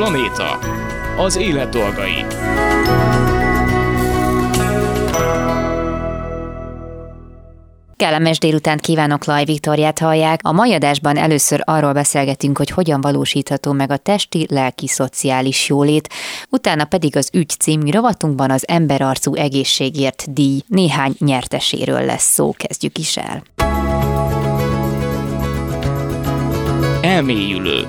Planéta. Az élet dolgai. Kellemes délutánt kívánok, Laj Viktóriát hallják. A mai adásban először arról beszélgetünk, hogy hogyan valósítható meg a testi, lelki, szociális jólét, utána pedig az Ügy című rovatunkban az Emberarcú egészségért díj néhány nyerteséről lesz szó. Kezdjük is el. Elmélyülő.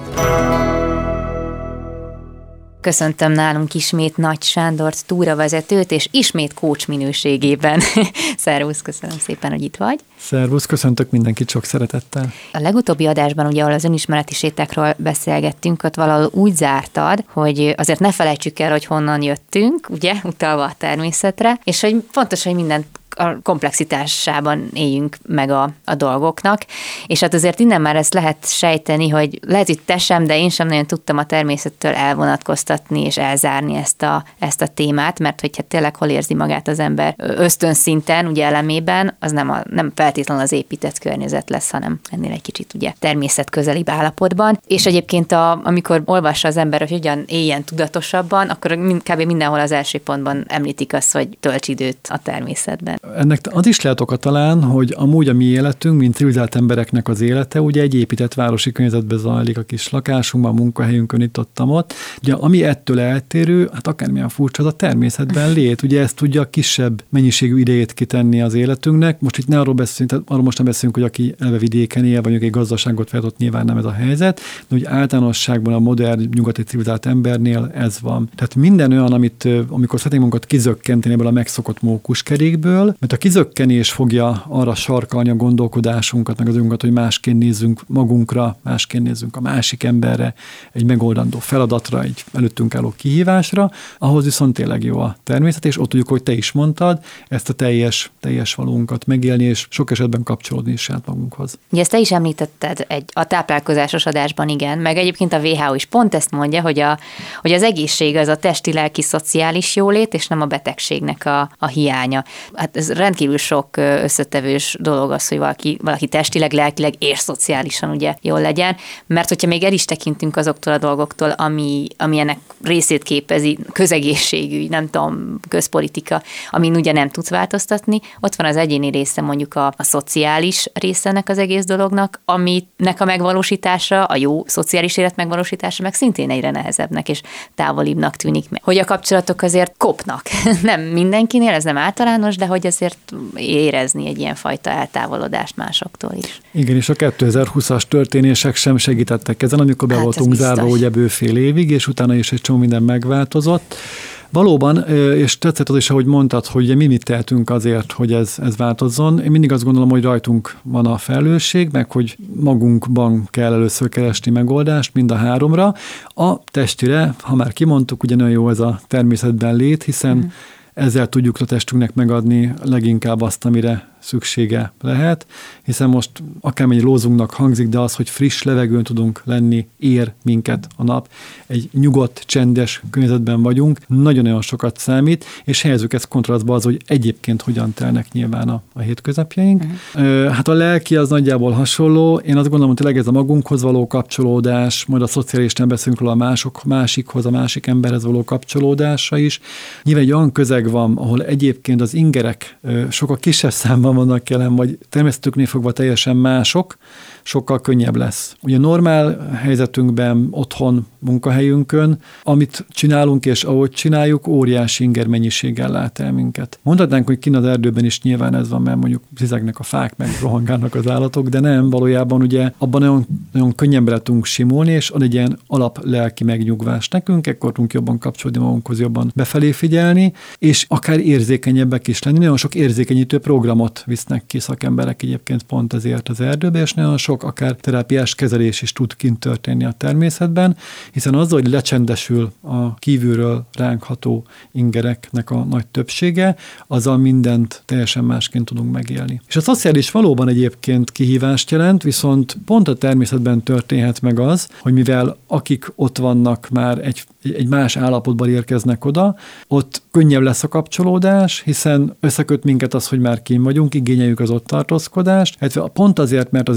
Köszöntöm nálunk ismét Nagy Sándort, túravezetőt, és ismét coach minőségében. Szervusz, köszönöm szépen, hogy itt vagy. Szervusz, köszöntök mindenkit sok szeretettel. A legutóbbi adásban, ugye, ahol az önismereti sétákról beszélgettünk, ott valahol úgy zártad, hogy azért ne felejtsük el, hogy honnan jöttünk, ugye, utalva a természetre, és hogy fontos, hogy mindent a komplexitásában éljünk meg a dolgoknak, és hát azért innen már ezt lehet sejteni, hogy lehet, hogy te sem, de én sem nagyon tudtam a természettől elvonatkoztatni és elzárni ezt a témát, mert hogy hát tényleg hol érzi magát az ember ösztönszinten, ugye elemében, az nem feltétlenül az épített környezet lesz, hanem ennél egy kicsit ugye természetközelibb állapotban. És egyébként amikor olvassa az ember, hogy hogyan éljen tudatosabban, akkor kb. Mindenhol az első pontban említik azt, hogy tölts időt a természetben. Ennek az is lehet oka talán, hogy amúgy a mi életünk, mint civilizált embereknek az élete, ugye egy épített városi környezetben zajlik, a kis lakásunkban, a munkahelyünkön, itt-ott. Ugye ami ettől eltérő, hát akármilyen furcsa, az a természetben lét. Ugye ezt tudja kisebb mennyiségű idejét kitenni az életünknek. Most itt ne arról beszélünk, arról most nem beszélünk, hogy aki eleve vidéken él, vagy egy gazdaságot fejlett, nyilván nem ez a helyzet, de úgy általánosságban a modern nyugati civilizált embernél ez van. Tehát minden olyan, amikor szeretnénk magunkat kizökkenteni ebből a megszokott mókuskerékből, mert a kizökkenés fogja arra sarkalni a gondolkodásunkat, meg az önket, hogy másként nézzünk magunkra, másként nézzünk a másik emberre, egy megoldandó feladatra, egy előttünk álló kihívásra, ahhoz viszont tényleg jó a természet, és ott tudjuk, hogy te is mondtad, ezt a teljes valónkat megélni, és sok esetben kapcsolódni is saját magunkhoz. Ugye ezt te is említetted a táplálkozásos adásban, igen, meg egyébként a WHO is pont ezt mondja, hogy az egészség az a testi, lelki, szociális jólét, és nem a betegségnek a hiánya. Hát ez rendkívül sok összetevős dolog az, hogy valaki testileg, lelkileg és szociálisan ugye jól legyen, mert hogyha még el is tekintünk azoktól a dolgoktól, ami ennek részét képezi, közegészségügy, nem tudom, közpolitika, amin ugye nem tudsz változtatni, ott van az egyéni része, mondjuk a szociális része ennek az egész dolognak, aminek a megvalósítása, a jó szociális élet megvalósítása meg szintén egyre nehezebbnek és távolibbnak tűnik, hogy a kapcsolatok azért kopnak. Nem mindenkinél, ez nem általános, de hogy azért érezni egy ilyen fajta eltávolodást másoktól is. Igen, és a 2020-as történések sem segítettek ezen, amikor be voltunk zárva ugye bőfél évig, és utána is egy csomó minden megváltozott. Valóban, és tetszett az is, ahogy mondtad, hogy mi mit tehetünk azért, hogy ez változzon. Én mindig azt gondolom, hogy rajtunk van a felelősség, meg hogy magunkban kell először keresni megoldást mind a háromra. A testire, ha már kimondtuk, ugye nagyon jó ez a természetben lét, hiszen ezzel tudjuk a testünknek megadni leginkább azt, amire szüksége lehet, hiszen most akármennyi lózunknak hangzik, de az, hogy friss levegőn tudunk lenni, ér minket a nap. Egy nyugodt, csendes környezetben vagyunk, nagyon-nagyon sokat számít, és helyezzük ezt kontrasztba az, hogy egyébként hogyan telnek nyilván a hétköznapjaink. Hát a lelki az nagyjából hasonló. Én azt gondolom, hogy tényleg ez a magunkhoz való kapcsolódás, majd a szociális nem beszélünk róla a másikhoz, a másik emberhez való kapcsolódása is. Nyilván egy olyan közeg van, ahol egyébként az ingerek sokkal kisebb számban vannak jelen, vagy természetüknél fogva teljesen mások, sokkal könnyebb lesz. Ugye normál helyzetünkben, otthon, munkahelyünkön, amit csinálunk és ahogy csináljuk, óriási inger mennyiséggel lát el minket. Mondhatnánk, hogy kint az erdőben is nyilván ez van, mert mondjuk zizegnek a fák, meg rohangálnak az állatok, de nem, valójában ugye abban nagyon könnyen bele tudunk simulni, és ad egy ilyen alap lelki megnyugvás nekünk, ekkor tudunk jobban kapcsolódni magunkhoz, jobban befelé figyelni, és akár érzékenyebbek is lenni. Nagyon sok érzékenyítő programot visznek ki szakemberek egyébként pont ezért az erdőbe, és nagyon sok akár terápiás kezelés is tud kint történni a természetben, hiszen azzal, hogy lecsendesül a kívülről ránk ható ingereknek a nagy többsége, azzal mindent teljesen másként tudunk megélni. És a szociális valóban egyébként kihívást jelent, viszont pont a természetben történhet meg az, hogy mivel akik ott vannak már egy más állapotban érkeznek oda, ott könnyebb lesz a kapcsolódás, hiszen összeköt minket az, hogy már kín vagyunk, igényeljük az ott tartózkodást, illetve pont azért, mert az ingerek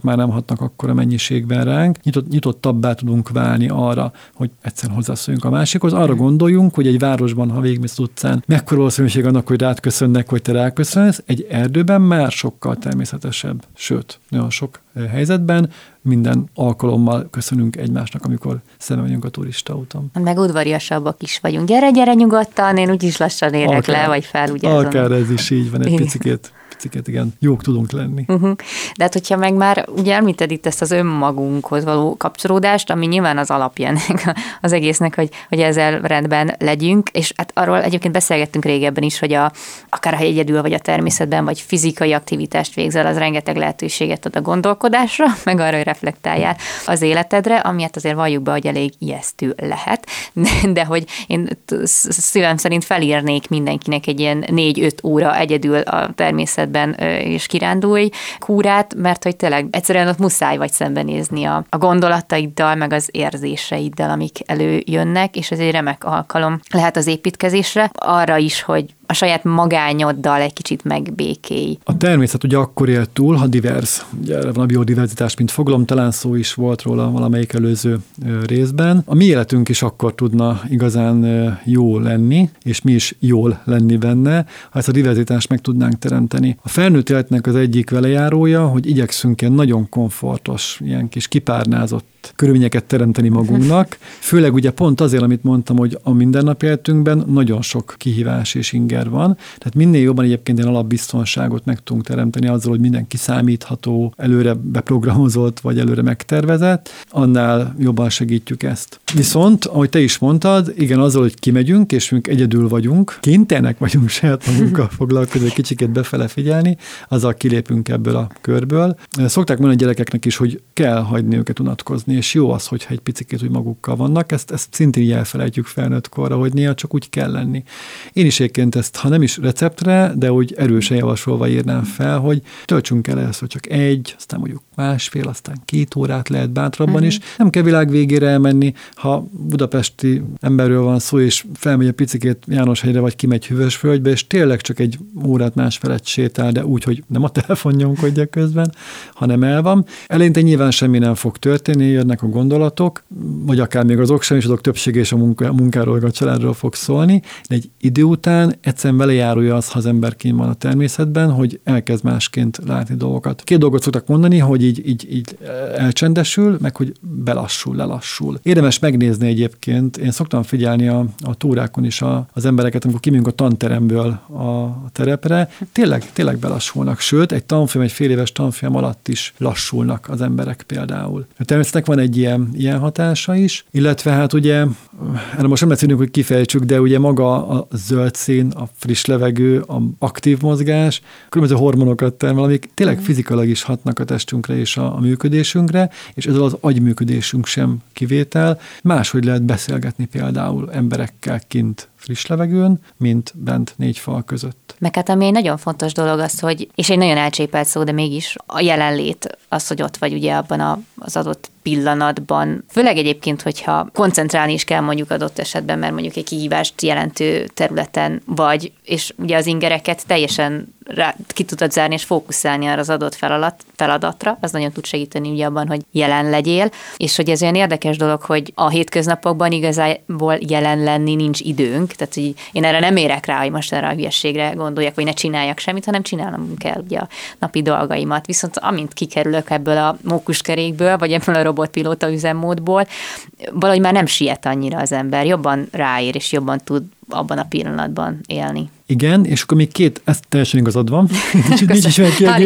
ezek már nem hatnak akkora mennyiségben ránk, nyitottabbá tudunk válni arra, hogy egyszerűen hozzászóljunk a másikhoz. Arra gondoljunk, hogy egy városban, ha végigmész az utcán, mekkora valószínűség annak, hogy rád köszönnek, vagy te ráköszönsz, egy erdőben már sokkal természetesebb. Sőt, nagyon sok helyzetben minden alkalommal köszönünk egymásnak, amikor szembe vagyunk a turistaúton. Meg udvariasabbak is vagyunk. Gyere nyugodtan, én úgyis lassan érek le, vagy felügyelzem. Akár ez is így van, egy picikét igen, jók tudunk lenni. De hát, hogyha meg már ugye említed itt ezt az önmagunkhoz való kapcsolódást, ami nyilván az alapja az egésznek, hogy ezzel rendben legyünk, és hát arról egyébként beszélgettünk régebben is, hogy akár ha egyedül vagy a természetben, vagy fizikai aktivitást végzel, az rengeteg lehetőséget ad a gondolkodásra, meg arra, hogy reflektáljál az életedre, ami hát azért valljuk be, hogy elég ijesztő lehet, de hogy én szívem szerint felírnék mindenkinek egy ilyen 4-5 óra egyedül a természetben és kirándulj kúrát, mert hogy tényleg egyszerűen ott muszáj vagy szembenézni a gondolataiddal, meg az érzéseiddel, amik előjönnek, és ez egy remek alkalom lehet az építkezésre, arra is, hogy a saját magányoddal egy kicsit megbékélj. A természet ugye akkor él túl, ha divers. Ugye erre van a biodiverzitás, mint fogalom, talán szó is volt róla valamelyik előző részben. A mi életünk is akkor tudna igazán jó lenni, és mi is jól lenni benne, ha ezt a diverzitást meg tudnánk teremteni. A felnőtt életnek az egyik velejárója, hogy igyekszünk ilyen nagyon komfortos, ilyen kis kipárnázott körülményeket teremteni magunknak, főleg ugye pont azért, amit mondtam, hogy a mindennapi életünkben nagyon sok kihívás és inger van, tehát minél jobban egyébként ilyen alapbiztonságot meg tudunk teremteni azzal, hogy minden kiszámítható, előre beprogramozott, vagy előre megtervezett, annál jobban segítjük ezt. Viszont, ahogy te is mondtad, igen, azzal, hogy kimegyünk, és mi egyedül vagyunk, kénytelenek vagyunk saját magunkkal foglalkozni, egy kicsikét befele figyelni, azzal kilépünk ebből a körből. Szokták mondani a gyerekeknek is, hogy kell hagyni őket unatkozni, és jó az, hogyha egy picikét úgy magukkal vannak, ezt szintén így elfelejtjük felnőtt korra, hogy néha csak úgy kell lenni. Én is egyébként ezt, ha nem is receptre, de úgy erősen javasolva írnám fel, hogy töltsünk el ezt, hogy csak 1, aztán mondjuk 1,5, aztán 2 órát lehet bátrabban is. Nem kell világ végére elmenni, ha budapesti emberről van szó, és felmegy a picikét Jánoshegyre, vagy kimegy Hűvösvölgybe, és tényleg csak 1 órát másfelett sétál, de úgy, hogy nem a telefon nyomkodja közben, hanem el van. Eleinte nyilván semmi nem fog történni, jönnek a gondolatok, vagy akár még azok sem, és azok többsége és a munkáról, vagy a családról fog szólni, de egy idő után egyszerűen velejárója az, ha az ember kint van a természetben, hogy elkezd másként látni dolgokat. 2 dolgot szoktak mondani, hogy így elcsendesül, meg hogy lelassul. Érdemes megnézni egyébként, én szoktam figyelni a túrákon is az embereket, amikor kimegyünk a tanteremből a terepre, tényleg belassulnak, sőt, egy fél éves tanfolyam alatt is lassulnak az emberek például. A természetnek van egy ilyen hatása is, illetve hát ugye, erre most nem lesz hogy kifejtsük, de ugye maga a zöld szín, a friss levegő, a aktív mozgás, különböző hormonokat termel, amik tényleg fizikailag is hatnak a testünkre és a működésünkre, és ezzel az agyműködésünk sem kivétel. Máshogy lehet beszélgetni például emberekkel kint friss levegőn, mint bent 4 fal között. Meg hát ami egy nagyon fontos dolog az, hogy, és egy nagyon elcsépelt szó, de mégis a jelenlét, az, hogy ott vagy ugye abban az adott pillanatban. Főleg egyébként, hogyha koncentrálni is kell mondjuk adott esetben, mert mondjuk egy kihívást jelentő területen vagy, és ugye az ingereket teljesen ki tudod zárni és fókuszálni arra az adott feladatra, az nagyon tud segíteni ugye abban, hogy jelen legyél, és hogy ez olyan érdekes dolog, hogy a hétköznapokban igazából jelen lenni nincs időnk, tehát hogy én erre nem érek rá, hogy most erre a hülyeségre gondoljak, vagy ne csináljak semmit, hanem csinálnom kell ugye a napi dolgaimat. Viszont amint kikerülök ebből a mókuskerékből, vagy ebből a robotpilóta üzemmódból, valahogy már nem siet annyira az ember, jobban ráér, és jobban tud abban a pillanatban élni. Igen, és akkor még ezt teljesen igazad van. Nincs is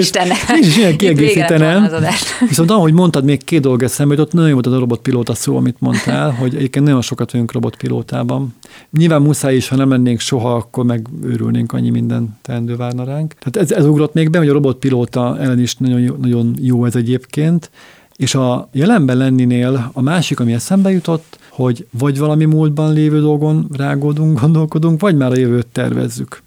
olyan kiegészítenem. Viszont ahogy mondtad, még 2 dolog eszembe, hogy ott nagyon volt az a robotpilóta szó, amit mondtál, hogy egyébként nagyon sokat vagyunk robotpilótában. Nyilván muszáj is, ha nem lennénk soha, akkor megőrülnénk, annyi minden teendő várna ránk. Tehát ez ugrott még be, hogy a robotpilóta ellen is nagyon, nagyon jó ez egyébként. És a jelenben lenninél a másik, ami eszembe jutott, hogy vagy valami múltban lévő dolgon rágódunk, gondolkodunk, vagy már a jövőt tervezzük.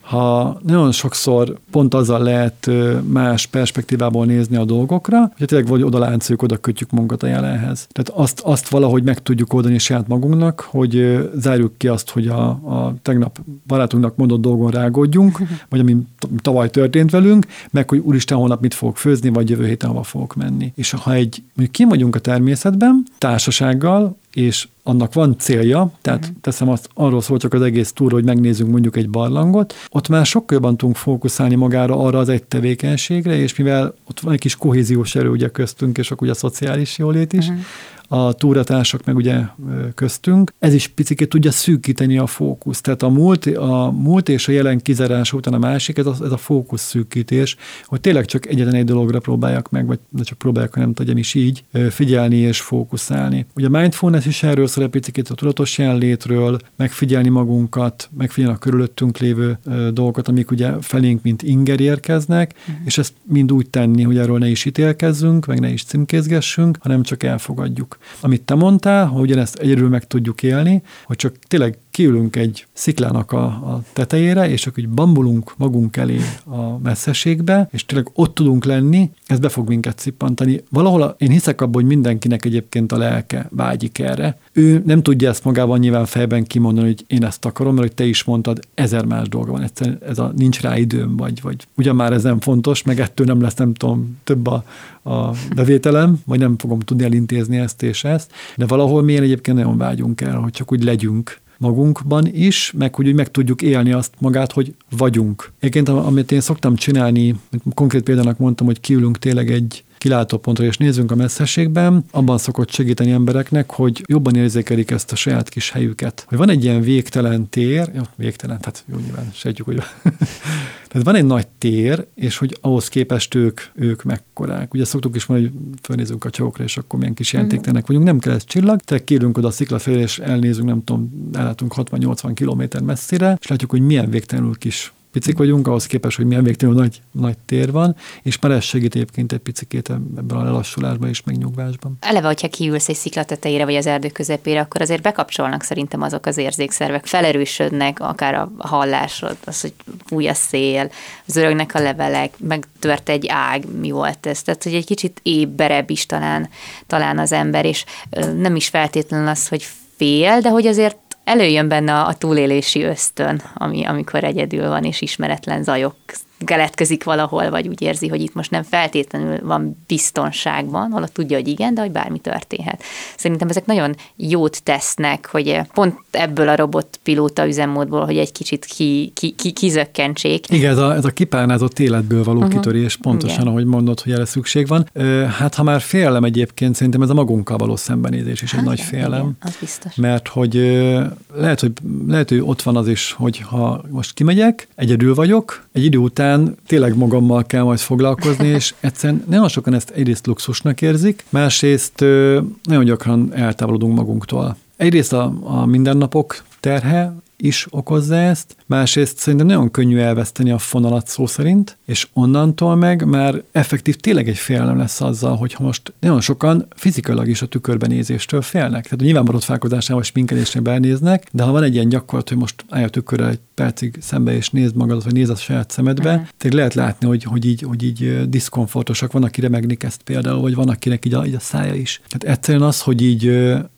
ha nagyon sokszor pont azzal lehet más perspektívából nézni a dolgokra, hogy tényleg vagy oda láncoljuk, oda kötjük magunkat a jelenhez. Tehát azt valahogy meg tudjuk oldani saját magunknak, hogy zárjuk ki azt, hogy a tegnap barátunknak mondott dolgon rágódjunk, vagy ami tavaly történt velünk, meg hogy úristen, holnap mit fogok főzni, vagy jövő héten hova fogok menni. És ha mondjuk kim vagyunk a természetben, társasággal, és annak van célja, tehát teszem azt, arról szól csak az egész túra, hogy megnézzünk mondjuk egy barlangot, ott már sokkal jobban tudunk fókuszálni magára arra az egy tevékenységre, és mivel ott van egy kis kohéziós erő ugye köztünk, és akkor ugye a szociális jólét is, a túratársak meg ugye köztünk, ez is picikét tudja szűkíteni a fókuszt. Tehát a múlt és a jelen kizárása után a másik, ez a fókusz szűkítés, hogy tényleg csak egyetlen egy dologra próbáljak meg, vagy ne csak próbálják, hanem tegyem is így, figyelni és fókuszálni. Ugye a mindfulness is erről szól egy picikét a tudatos jelenlétről, megfigyelni magunkat, megfigyelni a körülöttünk lévő dolgokat, amik ugye felénk, mint inger érkeznek, és ezt mind úgy tenni, hogy erről ne is ítélkezzünk, meg ne is címkézgessünk, hanem csak elfogadjuk. Amit te mondtál, hogy ugyanezt egyedül meg tudjuk élni, hogy csak tényleg kiülünk egy sziklának a tetejére, és csak úgy bambulunk magunk elé a messzeségbe, és tényleg ott tudunk lenni, ez be fog minket szippantani. Valahol én hiszek abban, hogy mindenkinek egyébként a lelke vágyik erre. Ő nem tudja ezt magában nyilván fejben kimondani, hogy én ezt akarom, mert hogy te is mondtad, 1000 más dolga van, nincs rá időm, vagy ugyan már ez nem fontos, meg ettől nem lesz, nem tudom, több a bevételem, vagy nem fogom tudni elintézni ezt és ezt, de valahol milyen egyébként nagyon vágyunk el, hogy csak úgy legyünk magunkban is, meg hogy úgy meg tudjuk élni azt magát, hogy vagyunk. Egyébként, amit én szoktam csinálni, konkrét példának mondtam, hogy kiülünk tényleg egy kilátópontra, és nézzünk a messzeségben, abban szokott segíteni embereknek, hogy jobban érzékelik ezt a saját kis helyüket. Hogy van egy ilyen végtelen tér, végtelen, tehát jó, nyilván sejtjük, hogy tehát van egy nagy tér, és hogy ahhoz képest ők mekkorák. Ugye szoktuk is mondani, hogy fölnézünk a csókra, és akkor milyen kis jelentéktelenek vagyunk, nem kell ez csillag, tehát kiülünk oda a szikla felé, és elnézünk, nem tudom, ellátunk 60-80 kilométer messzire, és látjuk, hogy milyen végtelenül kis picik vagyunk, ahhoz képest, hogy milyen végtelenül nagy tér van, és már ez segít egyébként egy picikét ebben a lelassulásban és megnyugvásban. Eleve, hogyha kiülsz egy szikla tetejére, vagy az erdő közepére, akkor azért bekapcsolnak szerintem azok az érzékszervek, felerősödnek, akár a hallásod, az, hogy fúj a szél, zörögnek a levelek, megtört egy ág, mi volt ez? Tehát, hogy egy kicsit ébberebb is talán az ember, és nem is feltétlenül az, hogy fél, de hogy azért előjön benne a túlélési ösztön, amikor egyedül van, és ismeretlen zajok keletkezik valahol, vagy úgy érzi, hogy itt most nem feltétlenül van biztonságban, holott tudja, hogy igen, de hogy bármi történhet. Szerintem ezek nagyon jót tesznek, hogy pont ebből a robotpilóta üzemmódból, hogy egy kicsit kizökkentsék. Igen, ez a kipárnázott életből való kitörés, pontosan, igen. Ahogy mondod, hogy erre szükség van. Hát ha már félelem egyébként, szerintem ez a magunkkal való szembenézés is egy nagy félelem. Igen, az biztos. Mert hogy lehet, hogy ott van az is, hogy ha most kimegyek, egyedül vagyok, egy idő után tényleg magammal kell majd foglalkozni, és egyszerűen nagyon sokan ezt egyrészt luxusnak érzik, másrészt nagyon gyakran eltávolodunk magunktól. Egyrészt a mindennapok terhe is okozza ezt, másrészt szerintem nagyon könnyű elveszteni a fonalat szó szerint, és onnantól meg már effektív tényleg egy félelem lesz azzal, hogy most nagyon sokan fizikailag is a tükörbenézéstől félnek. Tehát a nyilvánvaló fákozásával sminkelésre benéznek, de ha van egy ilyen gyakorlat, hogy most állj a tükörrel egy percig szembe és nézd magadat, vagy nézd a saját szemedbe, tehát lehet látni, hogy így diszkomfortosak, van, aki remegnik ezt például, vagy van, akinek így a szája is. Tehát egyszerűen az, hogy így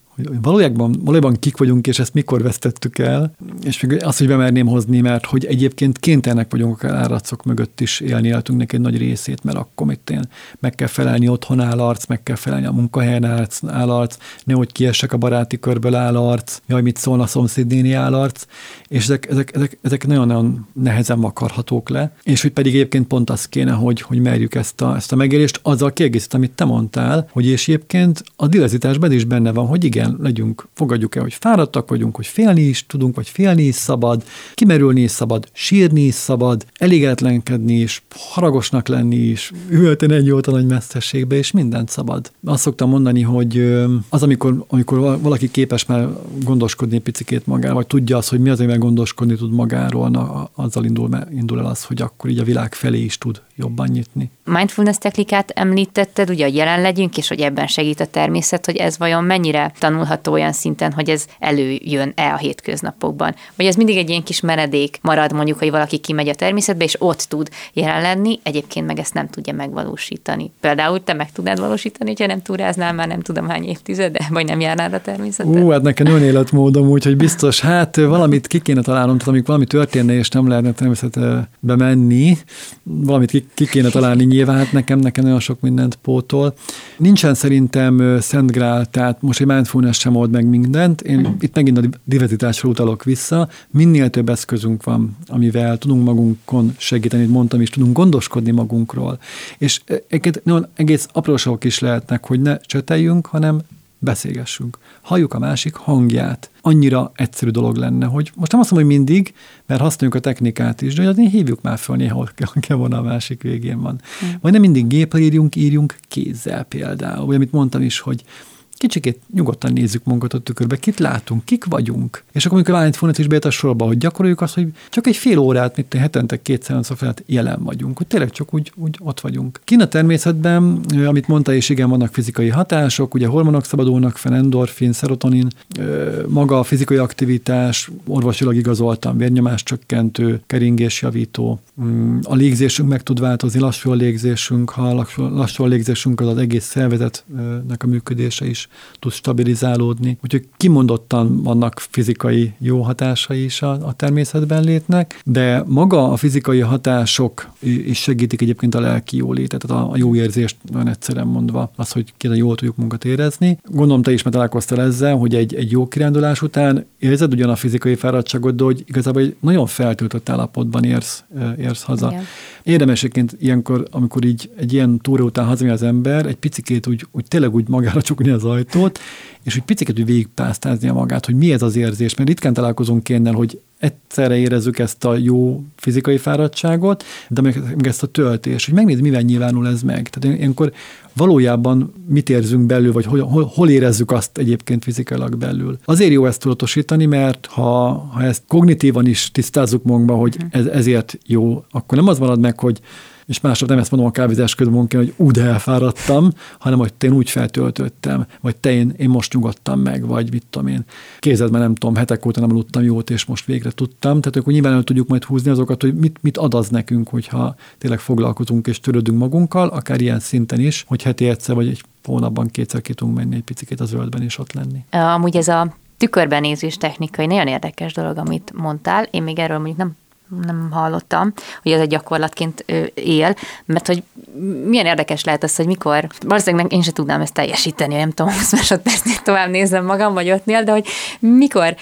valójában kik vagyunk, és ezt mikor vesztettük el, és még azt, hogy bemerném hozni, mert hogy egyébként kénytelenek vagyunk akár állarcok mögött is élni életünknek egy nagy részét, mert akkor meg kell felelni otthon állarc, meg kell felelni a munkahelyen állarc, nehogy kiessek a baráti körből állarc, jaj, mit szólna a szomszédnéni állarc, és ezek nagyon-nagyon nehezen vakarhatók le, és hogy pedig egyébként pont az kéne, hogy merjük ezt a megélést, azzal kiegészít, amit te mondtál, hogy és egyébként a diverzitásban is benne van, hogy igen, fogadjuk el, hogy fáradtak vagyunk, hogy félni is tudunk, vagy félni is szabad, kimerülni is szabad, sírni is szabad, elégedetlenkedni is, haragosnak lenni is, üvölteni egy jót a nagy messzességbe, és mindent szabad. Azt szoktam mondani, hogy az, amikor valaki képes már gondoskodni egy picikét magáról, vagy tudja azt, hogy mi az, amivel gondoskodni tud magáról, azzal indul el az, hogy akkor így a világ felé is tud jobban nyitni. Mindfulness technikát említetted, ugye, hogy jelen legyünk, és hogy ebben segít a természet, hogy ez vajon mennyire tanulható olyan szinten, hogy ez előjön-e a hétköznapokban. Vagy ez mindig egy ilyen kis menedék marad, mondjuk, hogy valaki kimegy a természetbe, és ott tud jelen lenni, egyébként meg ezt nem tudja megvalósítani. Például te meg tudnád valósítani, hogyha nem túráznál már nem tudom hány évtizede, vagy nem járnál a természetbe? Hát nekem önéletmódom, úgyhogy biztos, valamit ki kéne találnom, tehát amikor valami történne, és nem lehetne természetbe menni, valamit ki kéne találni nyilván, hát nekem nagyon sok mindent pótol. Nincsen szerintem Szent Grál, tehát most egy mindfulness sem old meg mindent. Én itt megint a diverzitásra utalok vissza. Minél több eszközünk van, amivel tudunk magunkon segíteni, mondtam is, tudunk gondoskodni magunkról. És egész apróságok is lehetnek, hogy ne cseteljünk, hanem beszélgessünk. Halljuk a másik hangját. Annyira egyszerű dolog lenne, hogy most nem azt mondom, hogy mindig, mert használjuk a technikát is, de hogy hívjuk már föl néha, hogy van a másik végén van. Vagy nem mindig géppel írjunk kézzel például. Vagy amit mondtam is, hogy kicsikét nyugodtan nézzük magunkat a tükörbe, kit látunk, kik vagyunk. És akkor amikor mindfulness is bejött a sorba, hogy gyakoroljuk azt, hogy csak egy fél órát, mint hetente 2-3 felett jelen vagyunk, hogy tényleg csak úgy ott vagyunk. Kint a természetben, amit mondta, és igen, vannak fizikai hatások, ugye hormonok szabadulnak fel, endorfin, szerotonin, maga a fizikai aktivitás, orvosilag igazoltan vérnyomáscsökkentő, keringésjavító, a légzésünk meg tud változni, lassú a légzésünk, ha lassú a légzésünk, az egész szervezetnek a működése is tud stabilizálódni. Úgyhogy kimondottan vannak fizikai jó hatásai is a természetben létnek, de maga a fizikai hatások is segítik egyébként a lelki jólétet, tehát a jó érzést nagyon egyszerűen mondva, az, hogy jól tudjuk munkat érezni. Gondolom, te is már találkoztál ezzel, hogy egy jó kirándulás után érzed ugyan a fizikai fáradtságot, de hogy igazából egy nagyon feltöltött állapotban érsz haza. Igen. Érdemes egyébként ilyenkor, amikor így egy ilyen túra után hazamegy az ember, egy picikét úgy tényleg úgy magára csukni az ajtót, és úgy picikét úgy végigpásztáznia magát, hogy mi ez az érzés, mert ritkán találkozunk ilyennel, hogy egyszerre érezzük ezt a jó fizikai fáradtságot, de meg ezt a töltést, hogy megnézni, mivel nyilvánul ez meg. Tehát ilyenkor valójában mit érzünk belül, vagy hol érezzük azt egyébként fizikailag belül. Azért jó ezt tudatosítani, mert ha ezt kognitívan is tisztázzuk magunkba, hogy ez ezért jó, akkor nem az marad meg, hogy és másnap nem ezt mondom a kávézás közben, hogy de elfáradtam, hanem hogy én úgy feltöltöttem, vagy én most nyugodtam meg, vagy mit tudom én. Kézedben nem tudom, hetek óta nem aludtam jót, és most végre tudtam. Tehát akkor nyilván el tudjuk majd húzni azokat, hogy mit ad az nekünk, hogyha tényleg foglalkozunk és törődünk magunkkal, akár ilyen szinten is, hogy heti egyszer vagy egy hónapban 2-szer ki tudunk menni egy picit a zöldben és ott lenni. Amúgy ez a tükörbenézés technikai nagyon érdekes dolog, amit mondtál. Én még erről mondjuk nem hallottam, hogy ez egy gyakorlatként él, mert hogy milyen érdekes lehet az, hogy mikor, valószínűleg én sem tudnám ezt teljesíteni, nem tudom, 20 másodpercnél tovább nézem magam, vagy ottnél, de hogy mikor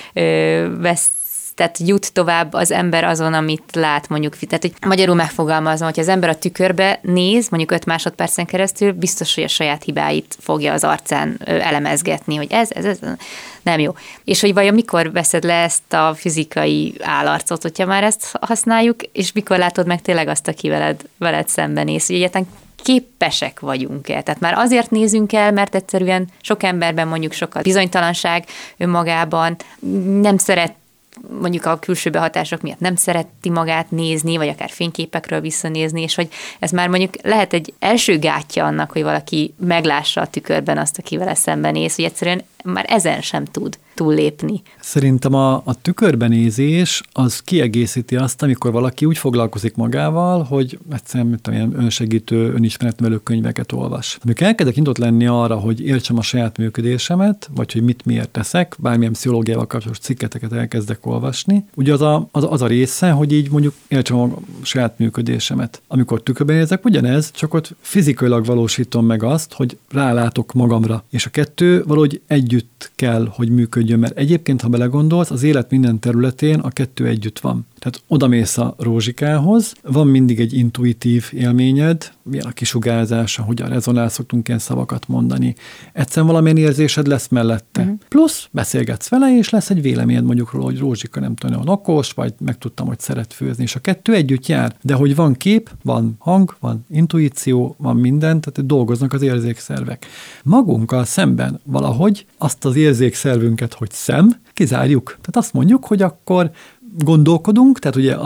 tehát jut tovább az ember azon, amit lát, mondjuk. Tehát, hogy magyarul megfogalmazom, hogy az ember a tükörbe néz, mondjuk 5 másodpercen keresztül, biztos, hogy a saját hibáit fogja az arcán elemezgetni, hogy ez nem jó. És hogy vajon mikor veszed le ezt a fizikai állarcot, hogyha már ezt használjuk, és mikor látod meg tényleg azt, aki veled szembenéz, hogy egyáltalán képesek vagyunk-e. Tehát már azért nézünk el, mert egyszerűen sok emberben mondjuk sokkal bizonytalanság önmagában, nem szeret mondjuk a külső behatások miatt nem szereti magát nézni, vagy akár fényképekről visszanézni, és hogy ez már mondjuk lehet egy első gátja annak, hogy valaki meglássa a tükörben azt, aki vele szembenéz, hogy egyszerűen már ezen sem tud túllépni. Szerintem a tükörbenézés az kiegészíti azt, amikor valaki úgy foglalkozik magával, hogy egyszerűen ilyen önsegítő, önismeretnevelő könyveket olvas. Amikor elkezdek nyitott lenni arra, hogy értsem a saját működésemet, vagy hogy miért teszek, bármilyen pszichológiával kapcsolatos cikketeket elkezdek olvasni, ugye az a része, hogy így mondjuk értsem a saját működésemet. Amikor tükörbenézek, ugyanez, csak ott fizikailag valósítom meg azt, hogy rálátok magamra. És a kettő valahogy együtt kell, hogy működjön, mert egyébként, ha belegondolsz, az élet minden területén a kettő együtt van. Tehát odamész a rózsikához, van mindig egy intuitív élményed, milyen a kisugárzása, hogyan rezonál, szoktunk ilyen szavakat mondani. Egyszerűen valamilyen érzésed lesz mellette. Plusz beszélgetsz vele, és lesz egy véleményed mondjuk róla, hogy Rózsika nem tudom, olyan okos, vagy megtudtam, hogy szeret főzni, és a kettő együtt jár. De hogy van kép, van hang, van intuíció, van minden, tehát dolgoznak az érzékszervek. Magunkkal szemben valahogy azt az érzékszervünket, hogy szem, kizárjuk. Tehát azt mondjuk, hogy akkor gondolkodunk, tehát ugye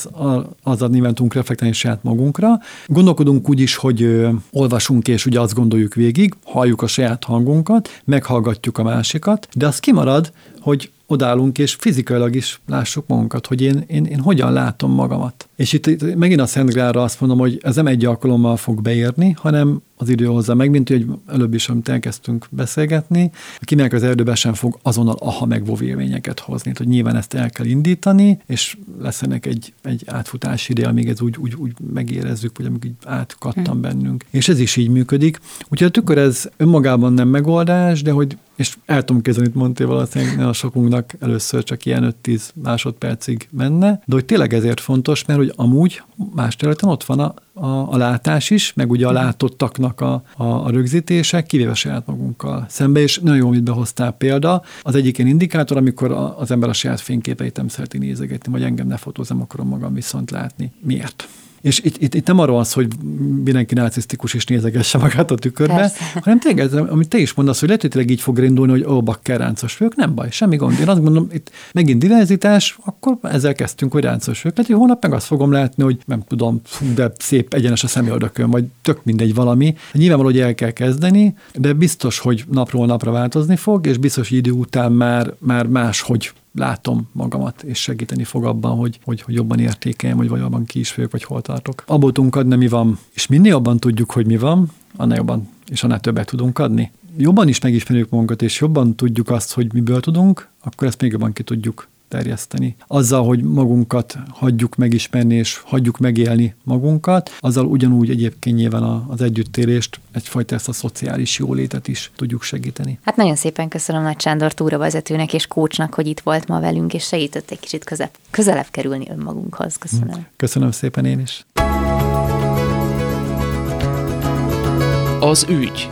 azzal nyilván tudunk reflektálni saját magunkra. Gondolkodunk úgy is, hogy olvasunk, és ugye azt gondoljuk végig, halljuk a saját hangunkat, meghallgatjuk a másikat, de az kimarad, hogy odállunk, és fizikailag is lássuk magunkat, hogy én hogyan látom magamat. És itt megint a Szent Grálra azt mondom, hogy ez nem egy alkalommal fog beérni, hanem az idő hozzá meg, mint hogy előbb is, amit elkezdtünk beszélgetni, kinek az erdőben sem fog azonnal aha meg élményeket hozni. Hogy nyilván ezt el kell indítani, és lesz ennek egy átfutási ideje, amíg ez úgy megérezzük, vagy amíg átkattan bennünk. És ez is így működik. Úgyhogy a tükör ez önmagában nem megoldás, de hogy, és el tudom kezdeni, itt mondtél, valószínűleg a sokunknak először csak ilyen 5-10 másodpercig menne, de hogy tényleg ezért fontos, mert hogy amúgy más területen ott van a látás is, meg ugye a látottaknak a rögzítése, kivéve saját magunkkal szembe, és nagyon jó, amit behoztál példa. Az egyik ilyen indikátor, amikor az ember a saját fényképeit nem szereti nézegetni, vagy engem ne fotózom, akarom magam viszont látni. Miért? És itt nem arról az, hogy mindenki narcisztikus és nézegesse magát a tükörbe, persze, hanem tényleg, amit te is mondasz, hogy lehet, hogy így fog indulni, hogy bakker, ráncos vagyok, nem baj, semmi gond. Én azt gondolom, itt megint diverzitás, akkor ezzel kezdtünk, hogy ráncos vagyok. Lehet, hogy holnap meg azt fogom látni, hogy nem tudom, de szép egyenes a szemöldökön, vagy tök mindegy valami. Nyilvánvaló, hogy el kell kezdeni, de biztos, hogy napról napra változni fog, és biztos, hogy idő után már máshogy látom magamat, és segíteni fog abban, hogy jobban értékeljem, vagy jobban ki is vagyok, vagy hol tartok. Abból tudunk adni, mi van. És minél jobban tudjuk, hogy mi van, annál jobban, és annál többet tudunk adni. Jobban is megismerjük magunkat, és jobban tudjuk azt, hogy miből tudunk, akkor ezt még jobban ki tudjuk terjeszteni. Azzal, hogy magunkat hagyjuk megismerni, és hagyjuk megélni magunkat, azzal ugyanúgy egyébként nyilván az együttélést, egyfajta ezt a szociális jólétet is tudjuk segíteni. Hát nagyon szépen köszönöm Nagy Sándor túravezetőnek és coachnak, hogy itt volt ma velünk, és segített egy kicsit közelebb kerülni önmagunkhoz. Köszönöm. Köszönöm szépen én is. Az ügy.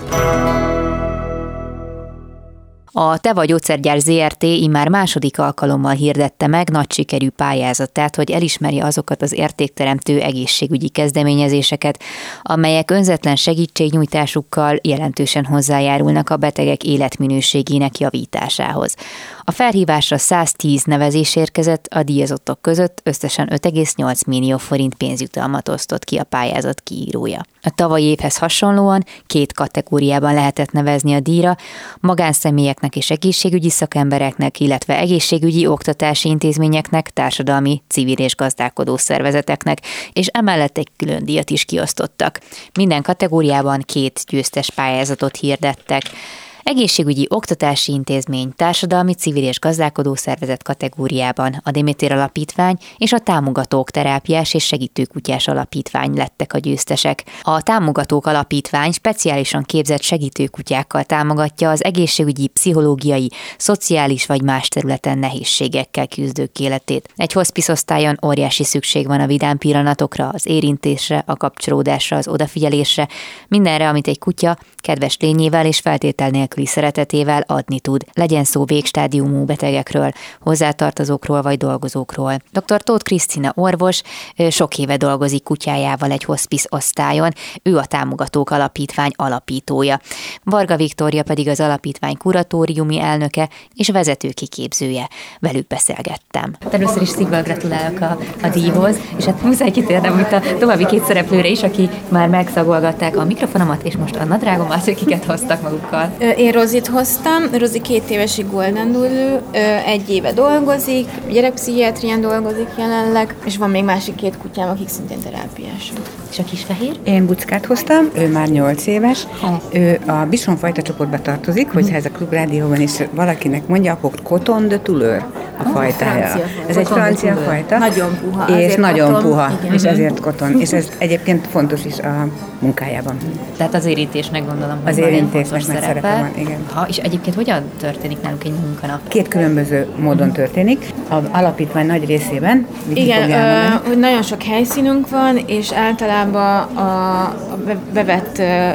A Teva Gyógyszergyár Zrt. Immár második alkalommal hirdette meg nagy sikerű pályázatát, hogy elismeri azokat az értékteremtő egészségügyi kezdeményezéseket, amelyek önzetlen segítségnyújtásukkal jelentősen hozzájárulnak a betegek életminőségének javításához. A felhívásra 110 nevezés érkezett, a díjazottak között összesen 5,8 millió forint pénzjutalmat osztott ki a pályázat kiírója. A tavalyi évhez hasonlóan 2 kategóriában lehetett nevezni a díjra, magánszemélyeknek és egészségügyi szakembereknek, illetve egészségügyi oktatási intézményeknek, társadalmi, civil és gazdálkodó szervezeteknek, és emellett egy külön díjat is kiosztottak. Minden kategóriában 2 győztes pályázatot hirdettek. Egészségügyi oktatási intézmény, társadalmi, civil és gazdálkodó szervezet kategóriában a Deméter Alapítvány és a Támogatók Terápiás és Segítőkutyás Alapítvány lettek a győztesek. A Támogatók Alapítvány speciálisan képzett segítőkutyákkal támogatja az egészségügyi, pszichológiai, szociális vagy más területen nehézségekkel küzdők életét. Egy hospice osztályon óriási szükség van a vidám pillanatokra, az érintésre, a kapcsolódásra, az odafigyelésre, mindenre, amit egy kutya kedves lényével és feltétel nélküli szeretetével adni tud. Legyen szó végstádiumú betegekről, hozzátartozókról vagy dolgozókról. Dr. Tóth Krisztina orvos sok éve dolgozik kutyájával egy hospice osztályon, ő a Támogatók Alapítvány alapítója. Varga Viktória pedig az alapítvány kuratóriumi elnöke és vezető kiképzője. Velük beszélgettem. Először is szívből gratulálok a díjhoz, és hát muszáj kitérnem itt a további 2 szereplőre is, akik már megszagolgatták a mikrofonomat, és most a nadrágomat, akiket hoztak magukkal. Én Rozit hoztam. Rozi 2 évesi golden doodle, 1 éve dolgozik, gyerekpszichiátrián dolgozik jelenleg, és van még másik 2 kutyám, akik szintén terápiások. És a kisfehér? Én Buckát hoztam, ő már 8 éves. Ő a Bisonfajta csoportba tartozik, hogyha ez a Klubrádióban is valakinek mondja, akkor Coton de Tulleur a fajtája. Ez egy francia fajta. Nagyon puha. És nagyon puha, igen. És ezért koton. És ez egyébként fontos is a munkájában. Tehát az érintésnek gondolom, az érintésnek nagy szerepe van, igen. És egyébként hogyan történik nálunk egy munkanap? 2 különböző módon történik. Az alapítvány nagy részében. Igen, hogy nagyon sok helyszínünk van, és általában a bevett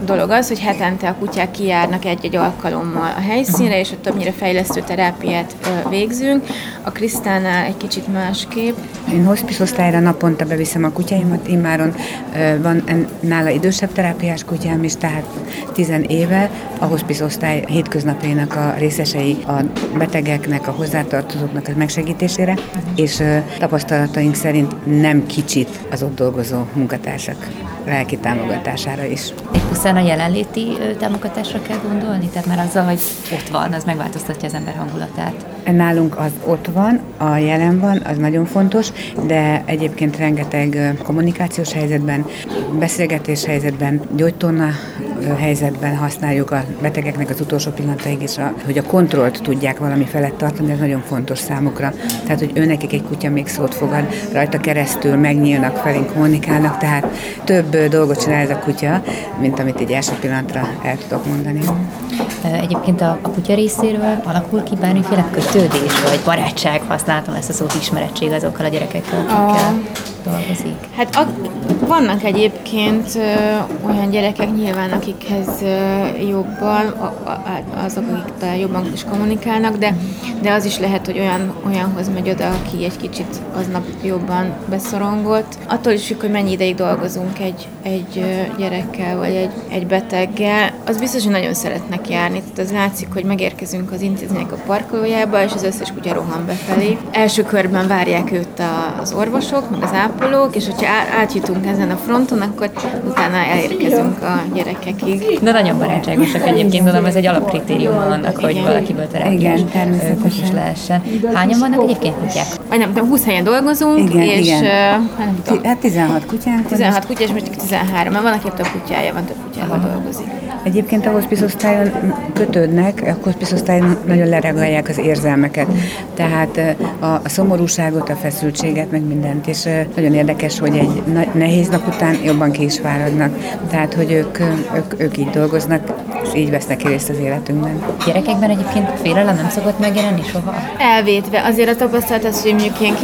dolog az, hogy hetente a kutyák kijárnak egy-egy alkalommal a helyszínre, és ott többnyire fejlesztő terápiát végzünk. A Krisztánál egy kicsit másképp. Én hospice osztályra naponta beviszem a kutyáimat, immáron van nála idősebb terápiás kutyám is, tehát 10 éve a hospice osztály hétköznapjainak a részesei a betegeknek, a hozzátartozóknak a megsegítésére, és tapasztalataink szerint nem kicsit az ott dolgozó munkatársak lelki támogatására is. Egy pusztán a jelenléti támogatásra kell gondolni? Tehát már azzal, hogy ott van, az megváltoztatja az ember hangulatát. Nálunk az ott van, a jelen van, az nagyon fontos, de egyébként rengeteg kommunikációs helyzetben, beszélgetés helyzetben, gyógytorna helyzetben használjuk a betegeknek az utolsó pillanataig is, hogy a kontrollt tudják valami felett tartani, ez nagyon fontos számukra. Tehát, hogy őnekik egy kutya még szót fogad, rajta keresztül megnyílnak felénk, kommunikálnak, tehát több dolgot csinál ez a kutya, mint amit egy első pillanatra el tudok mondani. Egyébként a kutya részéről alakul ki bármiféle kötődés, vagy barátság, használtam ezt a szót, ismerettség azokkal a gyerekekkel, akikkel dolgozik? Hát vannak egyébként olyan gyerekek nyilván, akikhez jobban, azok, akik talán jobban is kommunikálnak, de az is lehet, hogy olyanhoz megy oda, aki egy kicsit aznap jobban beszorongott. Attól is függ, hogy mennyi ideig dolgozunk egy gyerekkel, vagy egy beteggel, az biztos, hogy nagyon szeretnek járni. Tehát az látszik, hogy megérkezünk az intézmények a parkolójába, és az összes kutya rohan befelé. Első körben várják őt az orvosok, meg az ápolók, és hogyha átjutunk ezen a fronton, akkor utána elérkezünk a gyerekekig. De nagyon barátságosak egyébként, gondolom, ez egy alapkritérium annak, hogy valakiből terápiás kutya lehessen. Hányan vannak egyébként kutyák? Nem, 20 helyen dolgozunk, és hát 16 kutyánk. 16 kutya, és most 13, mert van, aki több kutyája van, több kutyával dolgozik. Egyébként a hospice osztályon kötődnek, a hospice osztályon nagyon lereagálják az érzelmeket, tehát a szomorúságot, a feszültséget, meg mindent, és nagyon érdekes, hogy egy nehéz nap után jobban ki is fáradnak, tehát hogy ők így dolgoznak, és így vesznek részt az életünkben. Gyerekekben egyébként félelem nem szokott megjelenni soha? Elvétve. Azért a tapasztalat az, hogy mondjuk ilyen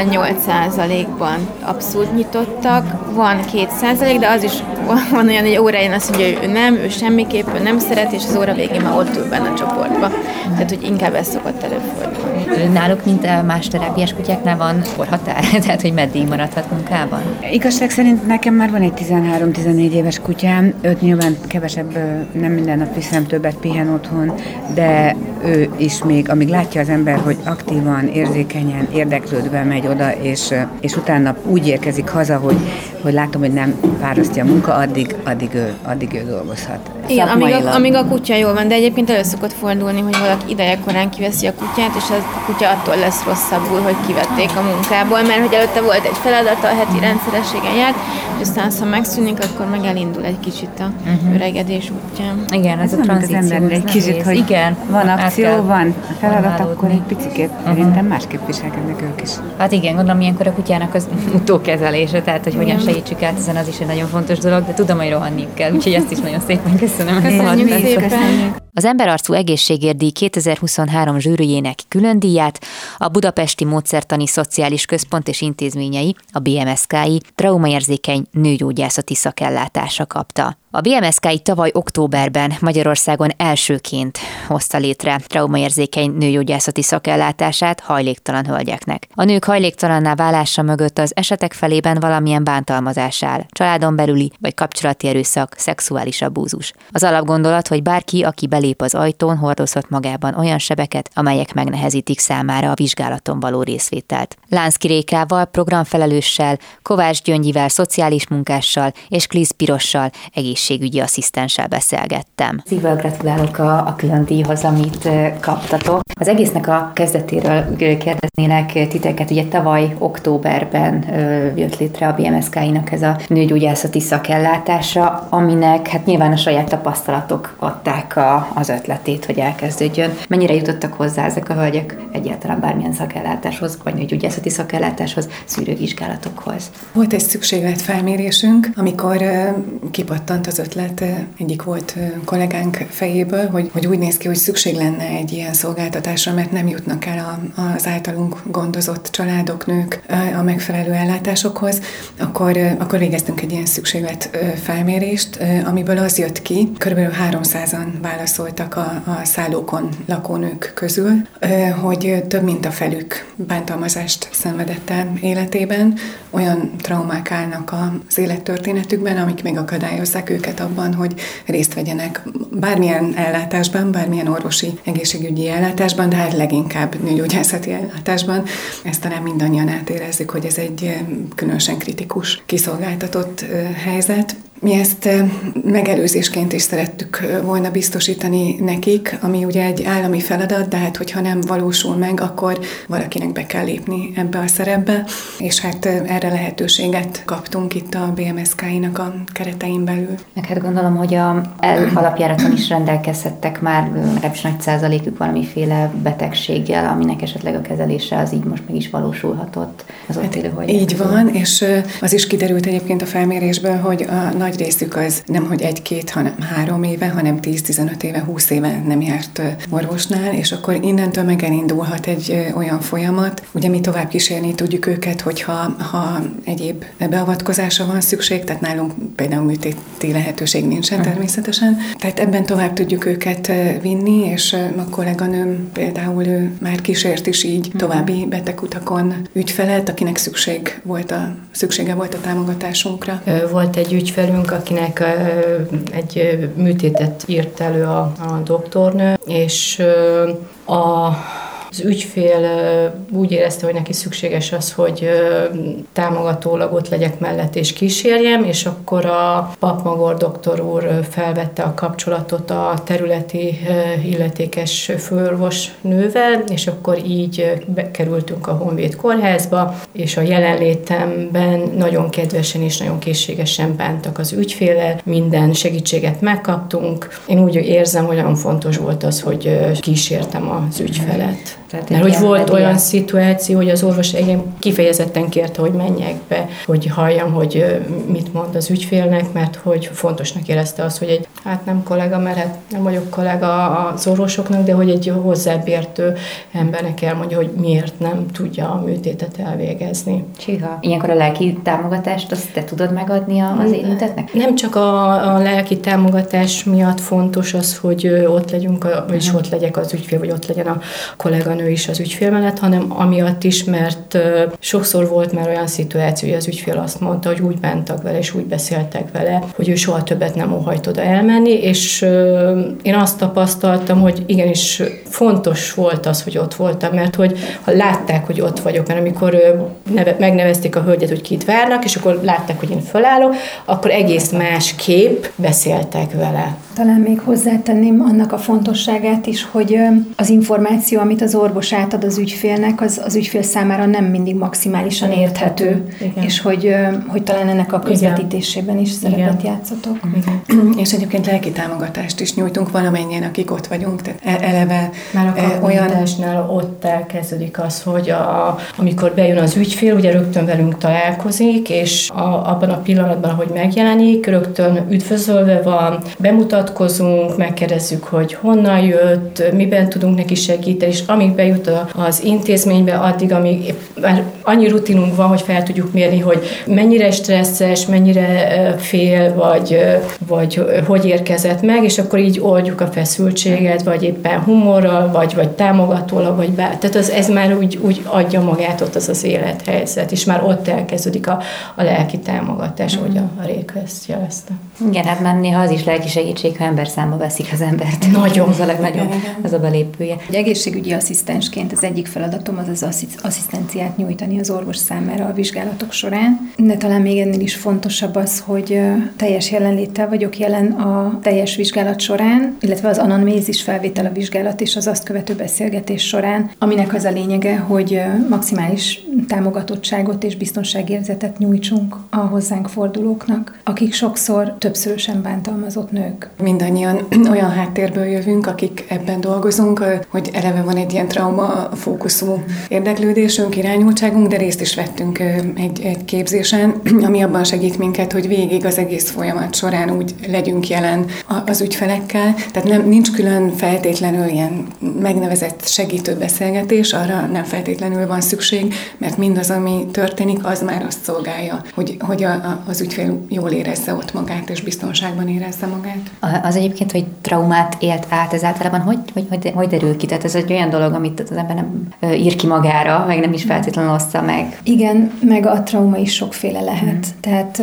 98%-ban abszolút nyitottak, van 2%, de az is van olyan, hogy óráján azt mondja, hogy ő nem, ő semmiképp, ő nem szeret, és az óra végén már ott ül benne a csoportban. Tehát, hogy inkább ez szokott előfordulni. Náluk, mint más terápiás kutyáknál van korhatár, tehát, hogy meddig maradhat munkában? Igazság szerint nekem már van egy 13-14 éves kutyám, őt nyilván kevesebb, nem minden nap viszem, többet pihen otthon, de ő is még, amíg látja az ember, hogy aktívan, érzékenyen, érdeklődve megy oda, és utána úgy érkezik haza, hogy látom, hogy nem fárasztja a munka, addig ő dolgozhat. Igen, amíg a kutya jól van, de egyébként elő szokott fordulni, hogy valaki idejekorán kiveszi a kutyát, és a kutya attól lesz rosszabbul, hogy kivették a munkából, mert hogy előtte volt egy feladata, a heti rendszerességen járt, és aztán ha megszűnik, akkor meg elindul egy kicsit a öregedés útján. Igen, ez a tranzíció egy kicsit, hogy igen, van akció, van feladat, akkor egy picikét szerintem másképp viselkednek ők is. Hát igen, gondolom, ilyenkor a kutyának az utókezelése, tehát hogy hogyan segítsük át, ezen az is egy nagyon fontos dolog, de tudom, hogy rohanniuk kell, úgyhogy ezt is nagyon szépen köszönöm. Köszönjük szépen! Az Emberarcú Egészségért Díj 2023 zsűrijének külön díját a Budapesti Módszertani Szociális Központ és Intézményei, a BMSK-i traumaérzékeny nőgyógyászati szakellátása kapta. A BMSK-i tavaly októberben Magyarországon elsőként hozta létre traumaérzékeny nőgyógyászati szakellátását hajléktalan hölgyeknek. A nők hajléktalanná válása mögött az esetek felében valamilyen bántalmazás áll, családon belüli vagy kapcsolati erőszak, szexuális abúzus. Az alapgondolat, hogy bárki, aki belép az ajtón, hordozhat magában olyan sebeket, amelyek megnehezítik számára a vizsgálaton való részvételt. Lánszky Rékával, programfelelőssel, Kovács Gyöngyivel, szociális munkással és Klisz Pirossal, egészségügyi asszisztenssel beszélgettem. Szívvel gratulálok a külön díjhoz, amit kaptatok. Az egésznek a kezdetéről kérdeznének titeket, ugye tavaly októberben jött létre a BMSK-inak ez a nőgyógyászati szakellátása, aminek hát nyilván a saját tapasztalatok adták az ötletét, hogy elkezdődjön. Mennyire jutottak hozzá ezek a hölgyek egyáltalán bármilyen szakellátáshoz, vagy nőgyógyászati szakellátáshoz, szűrővizsgálatokhoz? Volt egy szükségletfelmérésünk, amikor kipattant az ötlet egyik volt kollégánk fejéből, hogy úgy néz ki, hogy szükség lenne egy ilyen szolgáltatásra, mert nem jutnak el az általunk gondozott családok, nők a megfelelő ellátásokhoz, akkor végeztünk egy ilyen szükségletfelmérést, amiből az jött ki, kb. 300-an válaszoltak a szállókon lakó nők közül, hogy több mint a felük bántalmazást szenvedett el életében, olyan traumák állnak az élettörténetükben, amik megakadályozzák őket abban, hogy részt vegyenek bármilyen ellátásban, bármilyen orvosi egészségügyi ellátásban, de hát leginkább nőgyógyászati ellátásban. Ezt talán mindannyian átérezzük, hogy ez egy különösen kritikus, kiszolgáltatott helyzet. Mi ezt megelőzésként is szerettük volna biztosítani nekik, ami ugye egy állami feladat, de hát hogyha nem valósul meg, akkor valakinek be kell lépni ebbe a szerepbe, és hát erre lehetőséget kaptunk itt a BMSK-inak a keretein belül. Meg hát gondolom, hogy alapjáraton is rendelkezhettek már, legalábbis nagy százalékük valamiféle betegséggel, aminek esetleg a kezelése az így most meg is valósulhatott. Az ott élő hölgyek így van, és az is kiderült egyébként a felmérésből, hogy a nagy részük az nem, hogy 1-2, hanem 3 éve, hanem 10-15 éve, 20 éve nem járt orvosnál, és akkor innentől meg elindulhat egy olyan folyamat. Ugye mi tovább kísérni tudjuk őket, hogyha egyéb beavatkozásra van szükség, tehát nálunk például műtéti lehetőség nincsen természetesen. Tehát ebben tovább tudjuk őket vinni, és a kolléganőm például ő már kísért is így további betegutakon ügyfelet, akinek szüksége volt a támogatásunkra. Volt egy ügyfelünk, akinek egy műtétet írt elő a doktornő, és az ügyfél úgy érezte, hogy neki szükséges az, hogy támogatólag ott legyek mellett és kísérjem, és akkor a Papmagor doktor úr felvette a kapcsolatot a területi illetékes főorvosnővel, és akkor így bekerültünk a Honvéd kórházba, és a jelenlétemben nagyon kedvesen és nagyon készségesen bántak az ügyféllel, minden segítséget megkaptunk. Én úgy érzem, hogy nagyon fontos volt az, hogy kísértem az ügyfelet. Mert hogy volt olyan szituáció, hogy az orvos engem kifejezetten kérte, hogy menjek be, hogy halljam, hogy mit mond az ügyfélnek, mert hogy fontosnak érezte azt, hogy nem kollega, mert hát nem vagyok kollega az orvosoknak, de hogy egy hozzábértő embernek elmondja, hogy miért nem tudja a műtétet elvégezni. Csiha. Ilyenkor a lelki támogatást azt te tudod megadni az érintettnek? Nem csak a lelki támogatás miatt fontos az, hogy ott legyünk, vagyis ott legyek az ügyfél, vagy ott legyen a kolléganő is az ügyfél mellett, hanem amiatt is, mert sokszor volt már olyan szituáció, hogy az ügyfél azt mondta, hogy úgy bántak vele, és úgy beszéltek vele, hogy ő soha többet nem óhajt oda elmenni, és én azt tapasztaltam, hogy igenis fontos volt az, hogy ott voltam, mert hogy ha látták, hogy ott vagyok, mert amikor megnevezték a hölgyet, hogy kit várnak, és akkor látták, hogy én fölállok, akkor egész másképp beszéltek vele. Talán még hozzátenném annak a fontosságát is, hogy az információ, amit az orvos átad az ügyfélnek, az ügyfél számára nem mindig maximálisan érthető, igen. És hogy talán ennek a közvetítésében is szerepet játszotok. És egyébként lelki támogatást is nyújtunk valamennyien, akik ott vagyunk, tehát eleve már a kommunitásnál ott elkezdődik az, hogy amikor bejön az ügyfél, ugye rögtön velünk találkozik, és abban a pillanatban, ahogy megjelenik, rögtön üdvözölve van, bemutatkozunk, megkérdezzük, hogy honnan jött, miben tudunk neki segíteni, és amíg bejut az intézménybe, addig, amíg már annyi rutinunk van, hogy fel tudjuk mérni, hogy mennyire stresszes, mennyire fél, vagy hogy érkezett meg, és akkor így oldjuk a feszültséget, vagy éppen humorral, vagy támogatólag, tehát ez már úgy adja magát ott az élethelyzet, és már ott elkezdődik a lelki támogatás, ahogy a Réka ezt jelezte. Igen, hát már néha az is lelki segítség, ha emberszámba veszik az embert. Nagyon. Az a legnagyobb, az a belépője. Egy egészségügyi asszisztensként az egyik feladatom az asszisztenciát nyújtani az orvos számára a vizsgálatok során. De talán még ennél is fontosabb az, hogy teljes jelenléttel vagyok jelen a teljes vizsgálat során, illetve az anamnézis felvétel, a vizsgálat és az azt követő beszélgetés során, aminek az a lényege, hogy maximális támogatottságot és biztonságérzetet nyújtsunk a hozzánk fordulóknak, akik sokszor többszörösen bántalmazott nők. mindannyian olyan háttérből jövünk, akik ebben dolgozunk, hogy eleve van egy ilyen trauma fókuszú érdeklődésünk, irányultságunk, de részt is vettünk egy képzésen, ami abban segít minket, hogy végig az egész folyamat során úgy legyünk jelen az ügyfelekkel. Tehát nincs külön feltétlenül ilyen megnevezett segítő beszélgetés, arra nem feltétlenül van szükség, mert mindaz, ami történik, az már azt szolgálja, hogy az ügyfél jól érezze ott magát, és biztonságban érezze magát. Az egyébként, hogy traumát élt át, ez általában hogy derül ki? Tehát ez egy olyan dolog, amit az ember nem ír ki magára, meg nem is feltétlenül ossza meg. Igen, meg a trauma is sokféle lehet. Tehát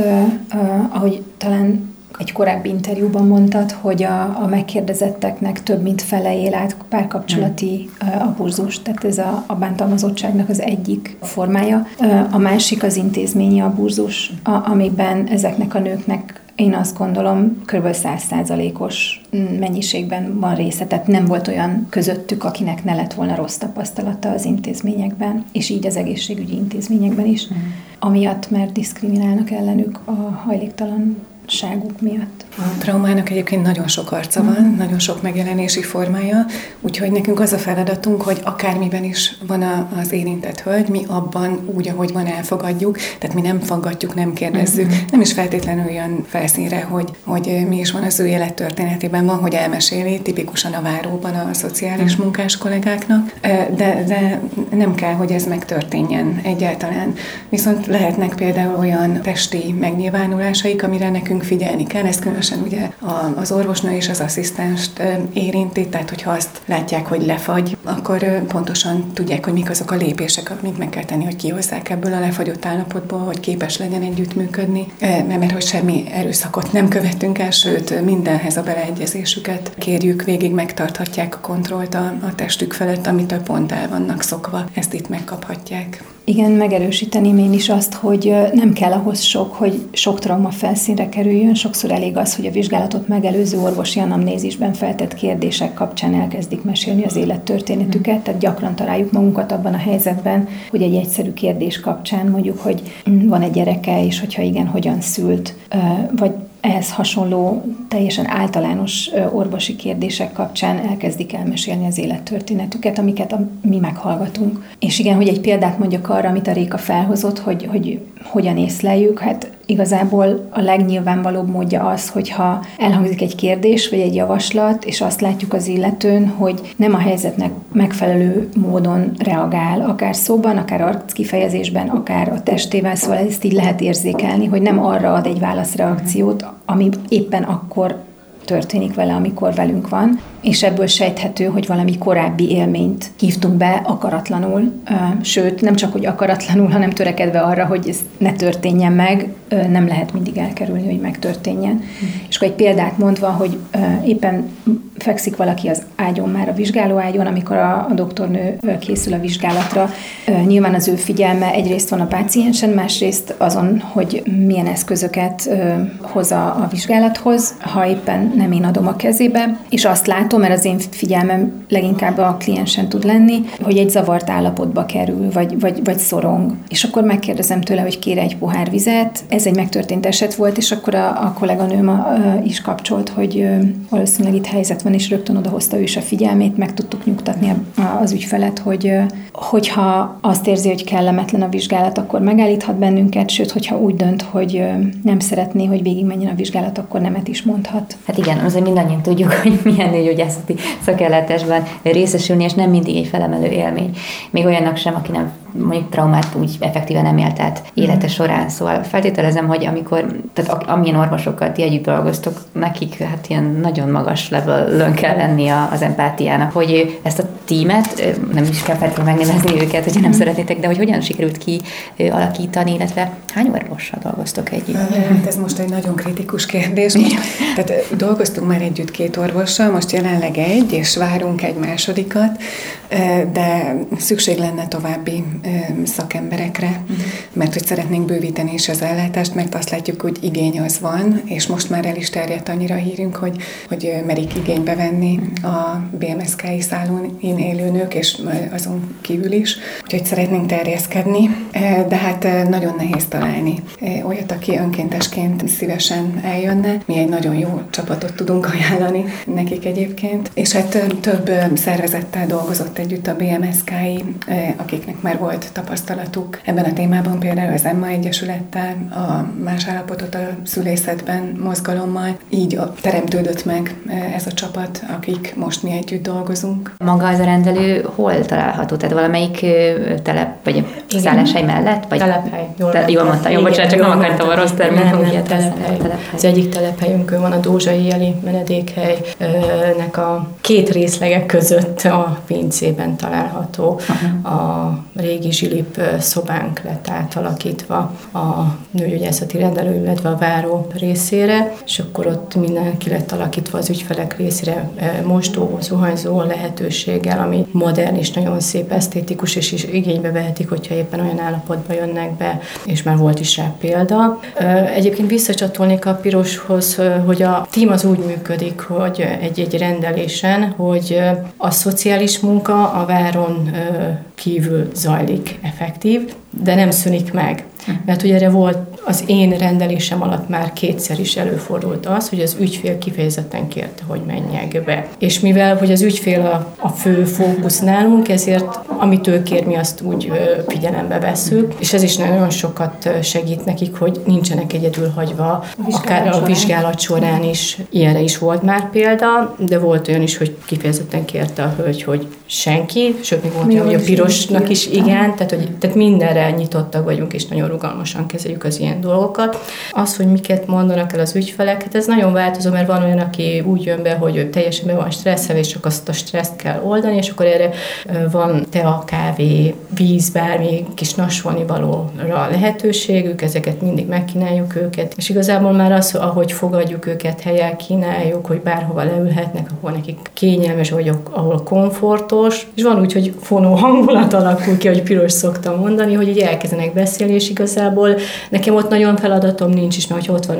ahogy talán egy korábbi interjúban mondtad, hogy a megkérdezetteknek több mint fele él át párkapcsolati abuzus, tehát ez a bántalmazottságnak az egyik formája. A másik az intézményi abuzus, amiben ezeknek a nőknek én azt gondolom, kb. 100%-os mennyiségben van része, tehát nem volt olyan közöttük, akinek ne lett volna rossz tapasztalata az intézményekben, és így az egészségügyi intézményekben is, amiatt, mert diszkriminálnak ellenük a hajléktalanságuk miatt. A traumának egyébként nagyon sok arca van, nagyon sok megjelenési formája, úgyhogy nekünk az a feladatunk, hogy akármiben is van az érintett hölgy, mi abban úgy, ahogy van, elfogadjuk, tehát mi nem faggatjuk, nem kérdezzük, nem is feltétlenül jön felszínre, hogy mi is van az ő élettörténetében, van, hogy elmeséli, tipikusan a váróban a szociális munkás kollégáknak, de nem kell, hogy ez megtörténjen egyáltalán. Viszont lehetnek például olyan testi megnyilvánulásaik, amire nekünk figyelni kell, ez különösen ugye az orvosnő és az asszisztenst érinti, tehát hogyha azt látják, hogy lefagy, akkor pontosan tudják, hogy mik azok a lépések, amit meg kell tenni, hogy kihozzák ebből a lefagyott állapotból, hogy képes legyen együttműködni, mert hogy semmi erőszakot nem követünk el, sőt mindenhez a beleegyezésüket kérjük, végig megtarthatják a kontrollt a testük felett, amitől pont el vannak szokva, ezt itt megkaphatják. Igen, megerősíteném én is azt, hogy nem kell ahhoz hogy sok trauma felszínre kerüljön, sokszor elég az, hogy a vizsgálatot megelőző orvosi anamnézisben feltett kérdések kapcsán elkezdik mesélni az élettörténetüket, tehát gyakran találjuk magunkat abban a helyzetben, hogy egy egyszerű kérdés kapcsán mondjuk, hogy van egy gyereke, és hogyha igen, hogyan szült, vagy ehhez hasonló, teljesen általános orvosi kérdések kapcsán elkezdik elmesélni az élettörténetüket, amiket mi meghallgatunk. És igen, hogy egy példát mondjak arra, amit a Réka felhozott, hogy hogyan észleljük, hát igazából a legnyilvánvalóbb módja az, hogyha elhangzik egy kérdés vagy egy javaslat, és azt látjuk az illetőn, hogy nem a helyzetnek megfelelő módon reagál, akár szóban, akár arckifejezésben, akár a testével, szóval ezt így lehet érzékelni, hogy nem arra ad egy válaszreakciót, ami éppen akkor történik vele, amikor velünk van, és ebből sejthető, hogy valami korábbi élményt hívtunk be akaratlanul, sőt, nem csak, hogy akaratlanul, hanem törekedve arra, hogy ez ne történjen meg, nem lehet mindig elkerülni, hogy megtörténjen. És akkor egy példát mondva, hogy éppen fekszik valaki az ágyon, már a vizsgálóágyon, amikor a doktornő készül a vizsgálatra, nyilván az ő figyelme egyrészt van a páciensen, másrészt azon, hogy milyen eszközöket hoz a vizsgálathoz, ha éppen nem én adom a kezébe, és azt látom, mert az én figyelmem leginkább a kliensen tud lenni, hogy egy zavart állapotba kerül, vagy szorong. És akkor megkérdezem tőle, hogy kére egy pohár vizet. Ez egy megtörtént eset volt, és akkor a kolléganőm is kapcsolt, hogy valószínűleg itt helyzet van, és rögtön odahozta ő is a figyelmét, meg tudtuk nyugtatni az ügyfelet, hogyha azt érzi, hogy kellemetlen a vizsgálat, akkor megállíthat bennünket, sőt, hogyha úgy dönt, hogy nem szeretné, hogy végigmenjen a vizsgálat, akkor nemet is mondhat. Hát igen, azért mindannyian tudjuk, hogy milyen nőgyógyászati szakellátásban részesülni, és nem mindig egy felemelő élmény. Még olyannak sem, aki nem mondjuk traumát úgy effektíven nem élt át élete során. Szóval feltételezem, hogy tehát amilyen orvosokkal ti együtt dolgoztok, nekik hát ilyen nagyon magas levelön kell lenni az empátiának, hogy ezt a tímet, nem is kell feltétlenül megnevezni őket, hogyha nem szeretnétek, de hogy hogyan sikerült kialakítani, illetve hány orvossal dolgoztok együtt? Hát ez most egy nagyon kritikus kérdés. Tehát dolgoztunk már együtt 2 orvossal, most jelenleg 1, és várunk egy másodikat, de szükség lenne további szakemberekre, mert hogy szeretnénk bővíteni is az ellátást, mert azt látjuk, hogy igény az van, és most már el is terjedt annyira a hírünk, hogy merik igénybe venni a BMSK-i szálon élő nők, és azon kívül is. Úgyhogy szeretnénk terjeszkedni, de hát nagyon nehéz találni olyat, aki önkéntesként szívesen eljönne. Mi egy nagyon jó csapatot tudunk ajánlani nekik egyébként, és hát több szervezettel dolgozott együtt a BMSK-i, akiknek már volt tapasztalatuk ebben a témában, például az Emma Egyesülettel, a Más állapotot a szülészetben mozgalommal. Így teremtődött meg ez a csapat, akik most mi együtt dolgozunk. Maga az a rendelő hol található? Tehát valamelyik telep, vagy szálláshely mellett? Vagy telephely. Jól mondtam, jó, bocsánat, csak nem akartam a rossz terminológiát. Telephely. Az egyik telephelyünkön van a Dózsai Jeli menedékhelynek a 2 részlegek között a pincében található. A régi zsilip szobánk lett átalakítva a nőgyógyászati rendelő, illetve a váró részére, és akkor ott minden ki lett alakítva az ügyfelek részére mosdó, zuhanyzó lehetőséggel, ami modern és nagyon szép, esztétikus, és is igénybe vehetik, hogyha éppen olyan állapotban jönnek be, és már volt is rá példa. Egyébként visszacsatolnék a Piroshoz, hogy a tím az úgy működik, hogy egy rendelésen, hogy a szociális munka a váron kívül zajlik effektív, de nem szűnik meg. Mert ugye erre volt az én rendelésem alatt már 2-szer is előfordult az, hogy az ügyfél kifejezetten kérte, hogy menjek be. És mivel, hogy az ügyfél a fő fókusz nálunk, ezért amit ő kér, mi azt úgy figyelembe vesszük, és ez is nagyon sokat segít nekik, hogy nincsenek egyedül hagyva, akár a vizsgálat során is. Ilyenre is volt már példa, de volt olyan is, hogy kifejezetten kérte a hölgy, hogy senki, sőt, még volt olyan, hogy a Pirosnak is igen, tehát mindenre nyitottak vagyunk, és nagyon rugalmasan kezeljük az ilyen dolgokat. Az, hogy miket mondanak el az ügyfelek, hát ez nagyon változó, mert van olyan, aki úgy jön be, hogy teljesen be van stresszelve, és csak azt a stresszt kell oldani, és akkor erre van tea, kávé, víz, bármi kis nasolni valóra lehetőségük, ezeket mindig megkínáljuk őket, és igazából már az, ahogy fogadjuk őket, helyen kínáljuk, hogy bárhova leülhetnek, ahol nekik kényelmes, vagy ahol komfortos, és van úgy, hogy fonó hangulat alakul ki, hogy Piros szoktam mondani, hogy így elkezdenek beszélni, és igazából nekem ott nagyon feladatom nincs is, mert hogyha ott van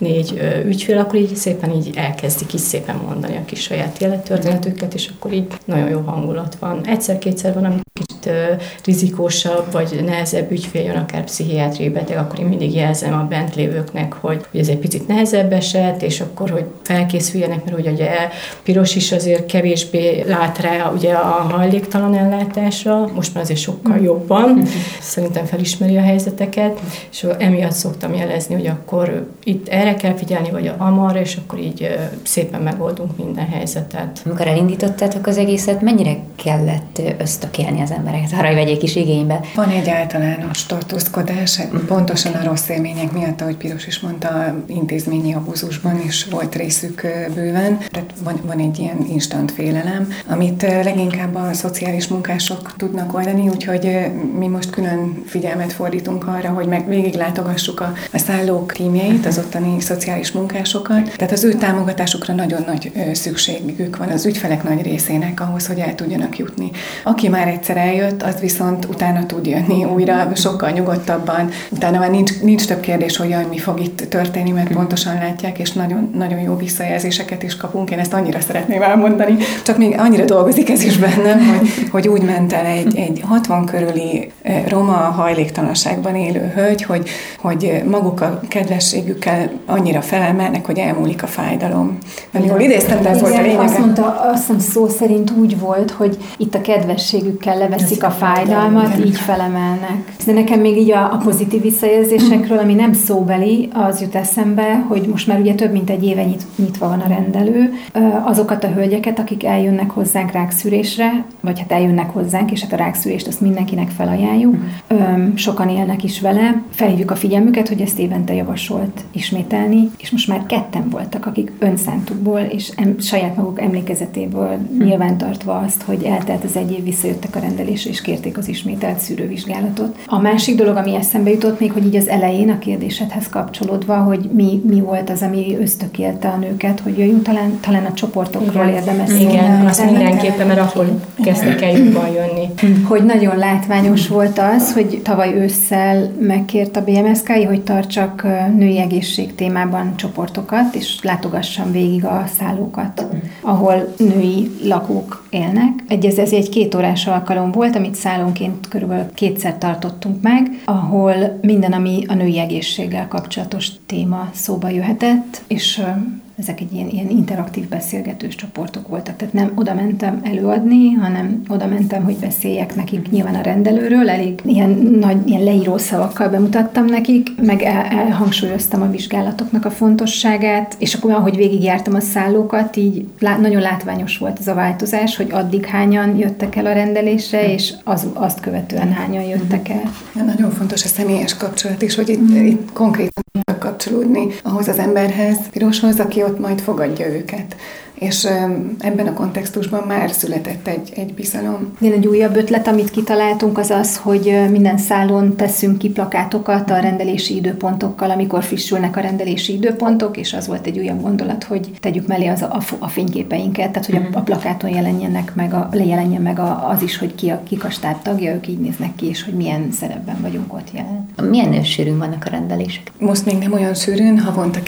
5-4 ügyfél, akkor így szépen így elkezdik is szépen mondani a kis saját élettörténetüket, és akkor így nagyon jó hangulat van. Egyszer-kétszer van, amikor kicsit rizikósabb, vagy nehezebb ügyfél jön, akár pszichiátriai beteg, akkor én mindig jelzem a bent lévőknek, hogy ez egy picit nehezebb eset, és akkor, hogy felkészüljenek, mert ugye Piros is azért kevésbé lát rá ugye a hajléktalan ellátásra, most már azért sokkal jobban, szerintem felismeri a helyzeteket, és emiatt szoktam jelezni, hogy akkor itt erre kell figyelni, vagy amarra, és akkor így szépen megoldunk minden helyzetet. Amikor elindítottátok az egészet, mennyire kellett ösztökélni az embereket arra, hogy vegyék is igénybe? Van egy általános tartózkodás, pontosan a rossz élmények miatt, ahogy Piros is mondta, intézményi abúzusban is volt részük bőven, tehát van egy ilyen instant félelem, amit leginkább a szociális munkások tudnak oldani, úgyhogy mi most külön figyelmet fordítunk arra, hogy meg végiglátogassuk a szállók tímjeit, az ottani szociális munkásokat. Tehát az ő támogatásukra nagyon nagy szükségük van az ügyfelek nagy részének ahhoz, hogy el tudjanak jutni. Aki már egyszer eljött, az viszont utána tud jönni újra, sokkal nyugodtabban. Utána már nincs több kérdés, hogy jaj, mi fog itt történni, mert pontosan látják, és nagyon, nagyon jó visszajelzéseket is kapunk. Én ezt annyira szeretném elmondani, csak még annyira dolgozik ez is bennem, hogy úgy ment el egy 60 körüli roma hajléktalanságban élő hölgy, hogy maguk a kedvességükkel annyira felemelnek, hogy elmúlik a fájdalom. Nem jól idéztem, de ez volt a lényeg. Azt mondta, szó szerint úgy volt, hogy itt a kedvességükkel leveszik a fájdalmat, így felemelnek. De nekem még így a pozitív visszajelzésekről, ami nem szóbeli, az jut eszembe, hogy most már ugye több mint egy éve nyitva van a rendelő. Azokat a hölgyeket, akik eljönnek hozzánk rákszűrésre, vagy hát eljönnek hozzánk, és hát a rákszűrést azt mindenkinek felajánljuk. Sokan élnek is vele. Felhívjuk a figyelmüket, hogy ezt évente javasolt ismételni, és most már 2 voltak, akik önszántukból és saját maguk emlékezetéből nyilvántartva azt, hogy eltelt az 1 év, visszajöttek a rendelésre, és kérték az ismételt szűrővizsgálatot. A másik dolog, ami eszembe jutott még, hogy így az elején a kérdésedhez kapcsolódva, hogy mi volt az, ami ösztökélte a nőket, hogy jöjjünk, talán a csoportokról érdemes szólni. Igen, azt mindenképpen, mert akkor kezdtek el jobban jönni. Hogy nagyon látványos volt az, hogy tavaly ősszel megkért a BMSK-i, hogy tartsak női egészség témában csoportokat, és látogassam végig a szállókat, ahol női lakók élnek. Ez egy 2 órás alkalom volt, amit szállónként körülbelül 2-szer tartottunk meg, ahol minden, ami a női egészséggel kapcsolatos téma szóba jöhetett, és ezek egy ilyen interaktív beszélgetős csoportok voltak. Tehát nem oda mentem előadni, hanem oda mentem, hogy beszéljek nekik nyilván a rendelőről, elég ilyen leíró szavakkal bemutattam nekik, meg elhangsúlyoztam a vizsgálatoknak a fontosságát, és akkor ahogy végigjártam a szállókat, így nagyon látványos volt ez a változás, hogy addig hányan jöttek el a rendelésre, és azt követően hányan jöttek el. Ja, nagyon fontos a személyes kapcsolat is, hogy itt konkrétan kapcsolódni ahhoz az emberhez, Piroshoz, aki ott majd fogadja őket. És ebben a kontextusban már született egy bizalom. Igen, egy újabb ötlet, amit kitaláltunk, az az, hogy minden szállón teszünk ki plakátokat a rendelési időpontokkal, amikor frissülnek a rendelési időpontok, és az volt egy újabb gondolat, hogy tegyük mellé a fényképeinket, tehát hogy a plakáton lejelenjen meg az is, hogy kik a stáb tagja, ők így néznek ki, és hogy milyen szerepben vagyunk ott jelen. Milyen sűrűn vannak a rendelések? Most még nem olyan sűrűn, havonta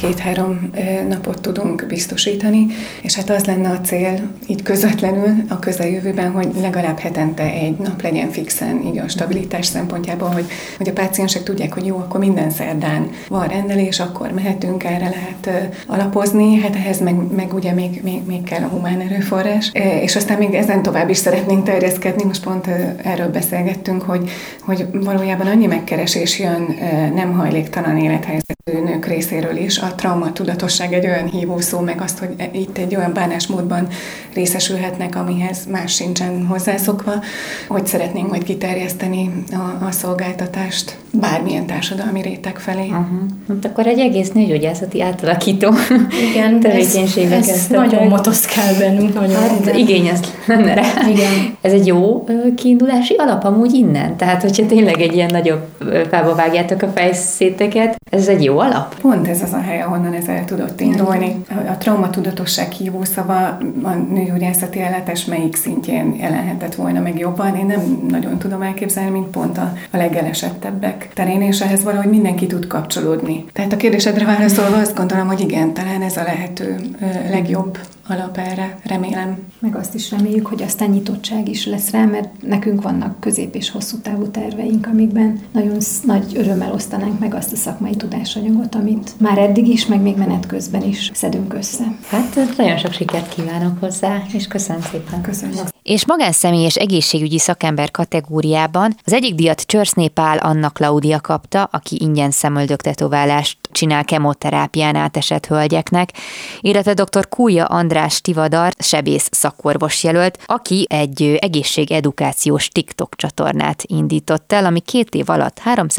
2-3 napot tudunk biztosítani, és hát az lenne a cél, így közvetlenül a közeljövőben, hogy legalább hetente egy nap legyen fixen, így a stabilitás szempontjából, hogy a páciensek tudják, hogy jó, akkor minden szerdán van rendelés, akkor mehetünk, erre lehet alapozni, hát ehhez meg ugye még kell a humán erőforrás, és aztán még ezen tovább is szeretnénk terjeszkedni, most pont erről beszélgettünk, hogy valójában annyi megkeresés jön nem hajléktalan élethelyzetű nők részéről is, a traumatudatosság egy olyan hívószó, meg azt, hogy itt egy olyan bánásmódban részesülhetnek, amihez más sincsen hozzászokva, hogy szeretnénk majd kiterjeszteni a szolgáltatást bármilyen társadalmi réteg felé. Hát akkor egy egész nőgyógyászati átalakító tevékenységbe ez nagyon motoszkál bennünk. Hát igény ez lenne rá. Igen. Ez egy jó kiindulási alap amúgy innen. Tehát, hogyha tényleg egy ilyen nagyobb fába vágjátok a fejszéteket, ez egy jó alap? Pont ez az a hely, ahonnan ez el tudott indulni. A traumatudatosság hívószava a nőgyógyászati ellátás melyik szintjén jelenhetett volna meg jobban. Én nem nagyon tudom elképzelni, mint pont a legelesettebbek terén, és ehhez valahogy mindenki tud kapcsolódni. Tehát a kérdésedre válaszolva azt gondolom, hogy igen, talán ez a lehető legjobb alap erre, remélem. Meg azt is reméljük, hogy aztán nyitottság is lesz rá, mert nekünk vannak közép- és hosszú távú terveink, amikben nagyon nagy örömmel osztanánk meg azt a szakmai tudásanyagot, amit már eddig is, meg még menet közben is szedünk össze. Hát nagyon sok sikert kívánok hozzá, és köszönöm szépen. Köszönjük. És magánszemély és egészségügyi szakember kategóriában az egyik díjat Csörszné Pál Anna Klaudia kapta, aki ingyen szemöldöktetoválást csinál kemoterápián átesett hölgyeknek, illetve dr. Kúja András Tivadar sebész szakorvos jelölt, aki egy egészségedukációs TikTok csatornát indított el, ami 2 év alatt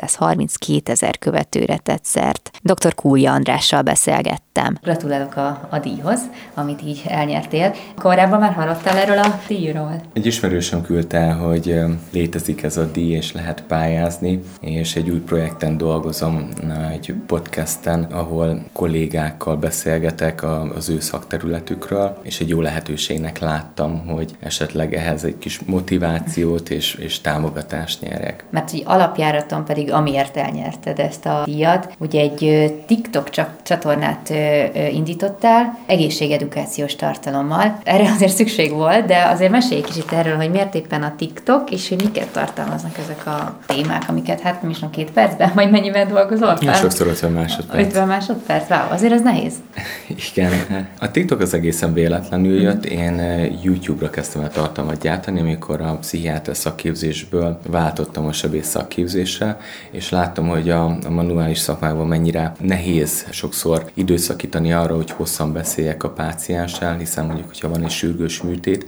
332 000 követőre tett szert. Dr. Kúja Andrással beszélgettem. Gratulálok a díjhoz, amit így elnyertél. Korábban már hallottál erről a díjról? Egy ismerősöm küldte el, hogy létezik ez a díj, és lehet pályázni, és egy új projekten dolgozom, egy podcasten, ahol kollégákkal beszélgetek az ő szakterületükről, és egy jó lehetőségnek láttam, hogy esetleg ehhez egy kis motivációt és támogatást nyerek. Mert így alapjáraton pedig amiért elnyerted ezt a díjat, ugye egy TikTok csatornát indítottál egészségedukációs tartalommal. Erre azért szükség volt, de azért mesélj kicsit erről, hogy miért éppen a TikTok, és hogy miket tartalmaznak ezek a témák, amiket hát nem is 2 percben, vagy mennyiben dolgozol? Sokszor 50 másodperc. 50 másodperc? Wow, azért ez nehéz. Igen. A TikTok az egészen véletlenül jött. Én YouTube-ra kezdtem el tartalmat gyártani, amikor a pszichiáter szakképzésből váltottam a sebész szakképzésre, és láttam, hogy a manuális szakmában mennyire nehéz sokszor időszakítani arra, hogy hosszan beszéljek a pácienssel, hiszen mondjuk, hogyha van egy sürgős műtét,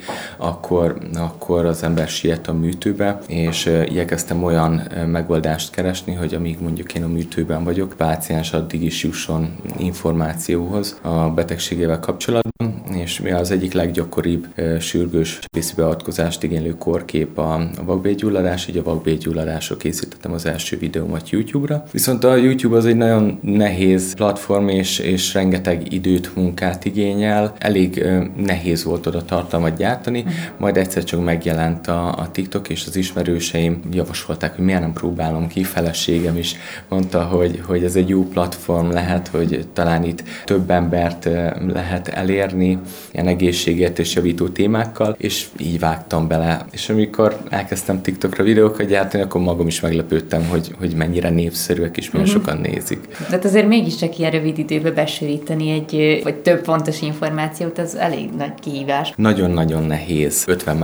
akkor az ember siet a műtőbe, és igyekeztem olyan megoldást keresni, hogy amíg mondjuk én a műtőben vagyok, a páciens addig is jusson információhoz a betegségével kapcsolatban, és mi az egyik leggyakoribb sürgős beavatkozást igénylő kórkép a vakbélgyulladás, így a vakbélgyulladásról készítettem az első videómat YouTube-ra. Viszont a YouTube az egy nagyon nehéz platform, és rengeteg időt, munkát igényel. Elég nehéz volt oda tartalmat gyártani, majd egyszer csak megjelent a TikTok, és az ismerőseim javasolták, hogy miért nem próbálom ki. Feleségem is mondta, hogy ez egy jó platform lehet, hogy talán itt több embert lehet elérni ilyen egészségért és javító témákkal, és így vágtam bele. És amikor elkezdtem TikTokra videókat gyártani, akkor magam is meglepődtem, hogy mennyire népszerűek és milyen sokan nézik. Tehát azért mégiscsak ilyen rövid időbe besűríteni vagy több fontos információt, az elég nagy kihívás. Nagyon-nagyon nehéz 50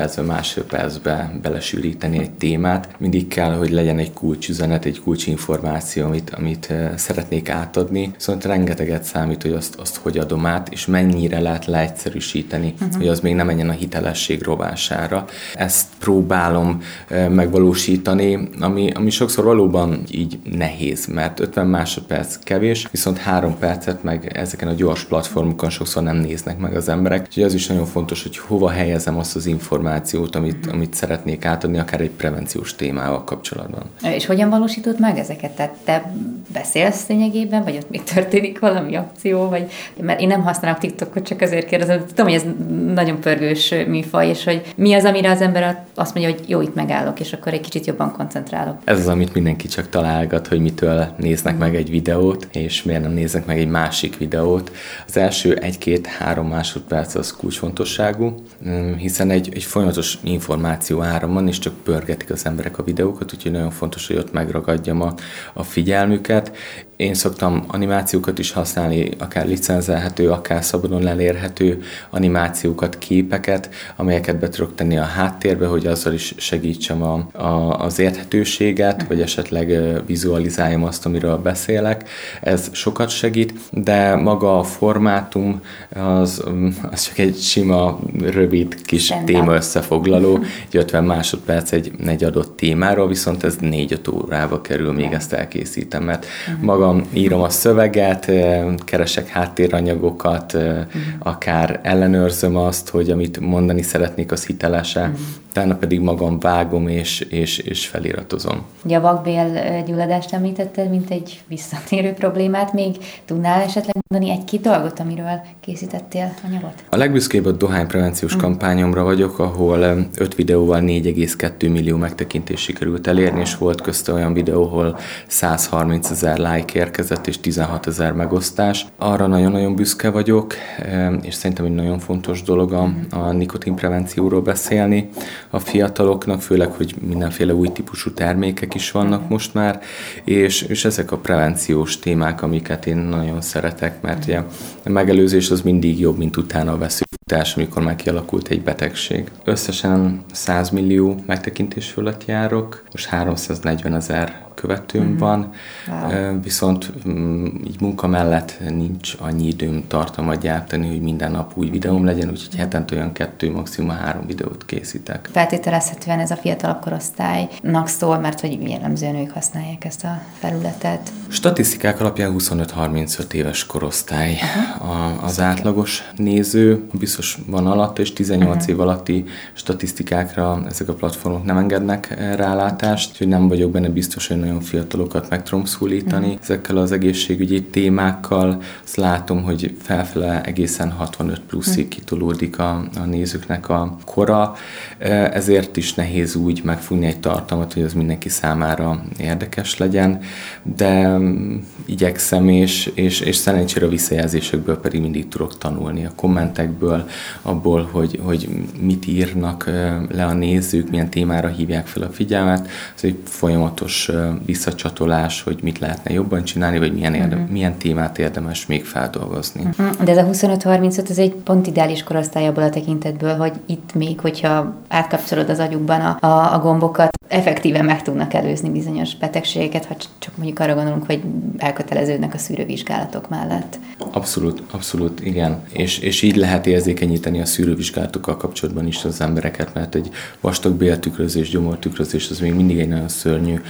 másodpercbe belesűríteni egy témát. Mindig kell, hogy legyen egy kulcsüzenet, egy kulcsinformáció, amit szeretnék átadni. Szóval rengeteget számít, hogy azt hogy adom át, és mennyire lehet leegyszerűsíteni, hogy az még nem menjen a hitelesség rovására. Ezt próbálom megvalósítani, ami sokszor valóban így nehéz, mert 50 másodperc kevés, viszont 3 percet meg ezeken a gyors platformokon sokszor nem néznek meg az emberek. Úgyhogy az is nagyon fontos, hogy hova helyezem azt az információt, amit szeretnék átadni, akár egy prevenciós témával kapcsolatban. És hogyan valósítod meg ezeket? Tehát te beszélsz lényegében, vagy ott még történik valami akció, vagy mert én nem használok TikTokot, csak azért kérdezem, tudom, hogy ez nagyon pörgős műfaj, és hogy mi az, amire az ember azt mondja, hogy jó, itt megállok, és akkor egy kicsit jobban koncentrálok. Ez az, amit mindenki csak találgat, hogy mitől néznek meg egy videót, és miért nem néznek meg egy másik videót. Az első 1-2-3 másodperc az kulcsfontosságú, hiszen egy folyamatos információ áram van, és csak pörgetik az emberek a videókat, úgyhogy nagyon fontos, hogy ott megragadjam a figyelmüket. Én szoktam animációkat is használni, akár licenzelhető, akár szabadon elérhető animációkat, képeket, amelyeket be tudok tenni a háttérbe, hogy azzal is segítsem az érthetőséget, vagy esetleg vizualizáljam azt, amiről beszélek. Ez sokat segít, de maga a formátum az csak egy sima, rövid kis téma összefoglaló, egy 50 másodperc egy adott témáról, viszont ez 4-5 órába kerül, még ezt elkészítem, mert magam írom a szöveget, keresek háttéranyagokat, akár ellenőrzöm azt, hogy amit mondani szeretnék, az hitelese, utána pedig magam vágom és feliratozom. Ugye a vakbélgyulladást említetted, mint egy visszatérő problémát, még tudnál esetleg mondani 1-2 dolgot, amiről készítettél anyagot? A legbüszkébb a dohányprevenciós kampányomra vagyok, ahol 5 videóval 4,2 millió megtekintést sikerült elérni, és volt közte olyan videó, ahol 130 000 like érkezett, és 16 000 megosztás. Arra nagyon-nagyon büszke vagyok, és szerintem egy nagyon fontos dolog a nikotinprevencióról beszélni a fiataloknak, főleg, hogy mindenféle új típusú termékek is vannak most már, és ezek a prevenciós témák, amiket én nagyon szeretek, mert ugye a megelőzés az mindig jobb, mint utána a veszőfutás, amikor már kialakult egy betegség. Összesen 100 millió megtekintés fölött járok, most 340 000 követőm van, viszont így munka mellett nincs annyi időm tartalmat gyártani, hogy minden nap új videóm legyen, úgyhogy hetente olyan 2, maximum 3 videót készítek. Feltételezhetően ez a fiatalabb korosztálynak szól, mert hogy jellemzően ők használják ezt a felületet. Statisztikák alapján 25-35 éves korosztály az átlagos néző, biztos van alatt, és 18 év alatti statisztikákra ezek a platformok nem engednek rálátást, úgyhogy nem vagyok benne biztos, hogy nagyon fiatalokat meg tudom szólítani. Ezekkel az egészségügyi témákkal azt látom, hogy felfele egészen 65 pluszig kitolódik a nézőknek a kora, ezért is nehéz úgy megfogni egy tartalmat, hogy az mindenki számára érdekes legyen, de igyekszem, és szerencsére a visszajelzésekből pedig mindig tudok tanulni, a kommentekből, abból, hogy mit írnak le a nézők, milyen témára hívják fel a figyelmet. Ez egy folyamatos visszacsatolás, hogy mit lehetne jobban csinálni, vagy milyen témát érdemes még feldolgozni. De ez a 25-35, ez egy pont ideális korosztály abból a tekintetből, hogy itt még, hogyha átkapcsolod az agyukban a gombokat, effektíven meg tudnak előzni bizonyos betegségeket, ha csak mondjuk arra gondolunk, hogy elköteleződnek a szűrővizsgálatok mellett. Abszolút, igen. És így lehet érzékenyíteni a szűrővizsgálatokkal kapcsolatban is az embereket, mert egy vastag béltükrözés, gyomortükrözés az még mindig egy nagyon szörnyű dolog,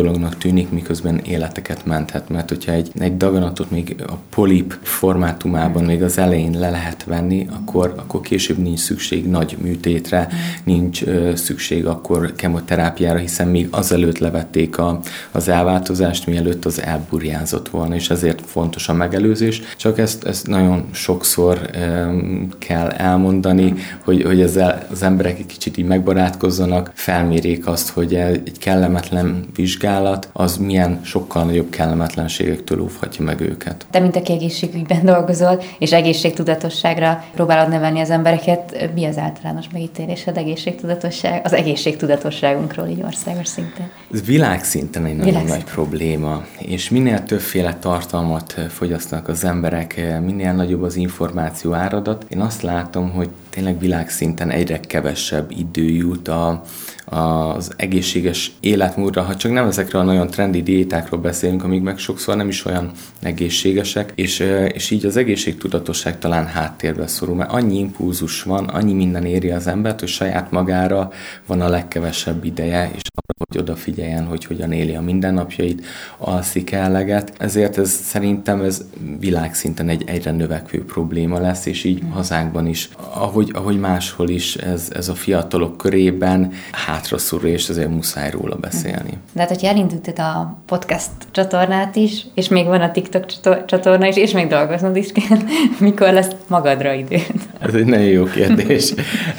dolognak tűnik, miközben életeket menthet, mert hogyha egy daganatot még a polip formátumában még az elején le lehet venni, akkor később nincs szükség nagy műtétre, nincs szükség akkor kemoterápiára, hiszen még azelőtt levették az elváltozást, mielőtt az elburjázott volna, és ezért fontos a megelőzés. Csak ezt nagyon sokszor kell elmondani, hogy ezzel az emberek egy kicsit így megbarátkozzanak, felmérjék azt, hogy egy kellemetlen vizsgálat, az milyen sokkal nagyobb kellemetlenségektől óvhatja meg őket. Te, mint aki egészségügyben dolgozol, és egészségtudatosságra próbálod nevelni az embereket, mi az általános megítélésed az egészségtudatosságunkról így országos szinten? Ez világszinten egy nagyon nagy probléma, és minél többféle tartalmat fogyasztanak az emberek, minél nagyobb az információ áradat. Én azt látom, hogy tényleg világszinten egyre kevesebb idő jut az egészséges életmódra, ha csak nem ezekről a nagyon trendi diétákról beszélünk, amik meg sokszor nem is olyan egészségesek, és így az egészségtudatosság talán háttérbe szorul, mert annyi impulzus van, annyi minden éri az embert, hogy saját magára van a legkevesebb ideje, és arra, hogy odafigyeljen, hogy hogyan éli a mindennapjait, alszik eleget. Ezért szerintem ez világszinten egy egyre növekvő probléma lesz, és így hazánkban is, ahogy máshol is ez a fiatalok körében hátraszorul, és ezért muszáj róla beszélni. De hát, hogyha elindultad a podcast csatornát is, és még van a TikTok csatorna is, és még dolgoznod is kell, mikor lesz magadra időd? Ez egy nagyon jó kérdés.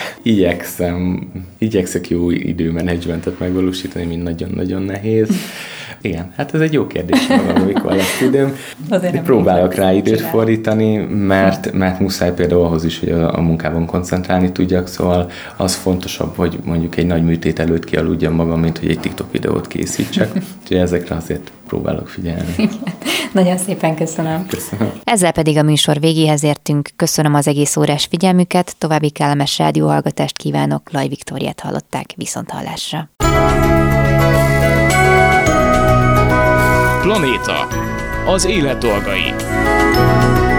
Igyekszek jó időmenedzsmentet megvalósítani, mint nagyon-nagyon nehéz. Igen, hát ez egy jó kérdés magam, amikor lesz időm. Próbálok rá időt fordítani, mert muszáj például ahhoz is, hogy a munkában koncentrálni tudjak, szóval az fontosabb, hogy mondjuk egy nagy műtét előtt kialudjam magam, mint hogy egy TikTok videót készítsek. Úgyhogy ezekre azért próbálok figyelni. Nagyon szépen köszönöm. Köszönöm. Ezzel pedig a műsor végéhez értünk. Köszönöm az egész órás figyelmüket, további kellemes rádióhallgatást kívánok. Laj Viktóriát hallották, viszonthallásra. Planéta. Az élet dolgai.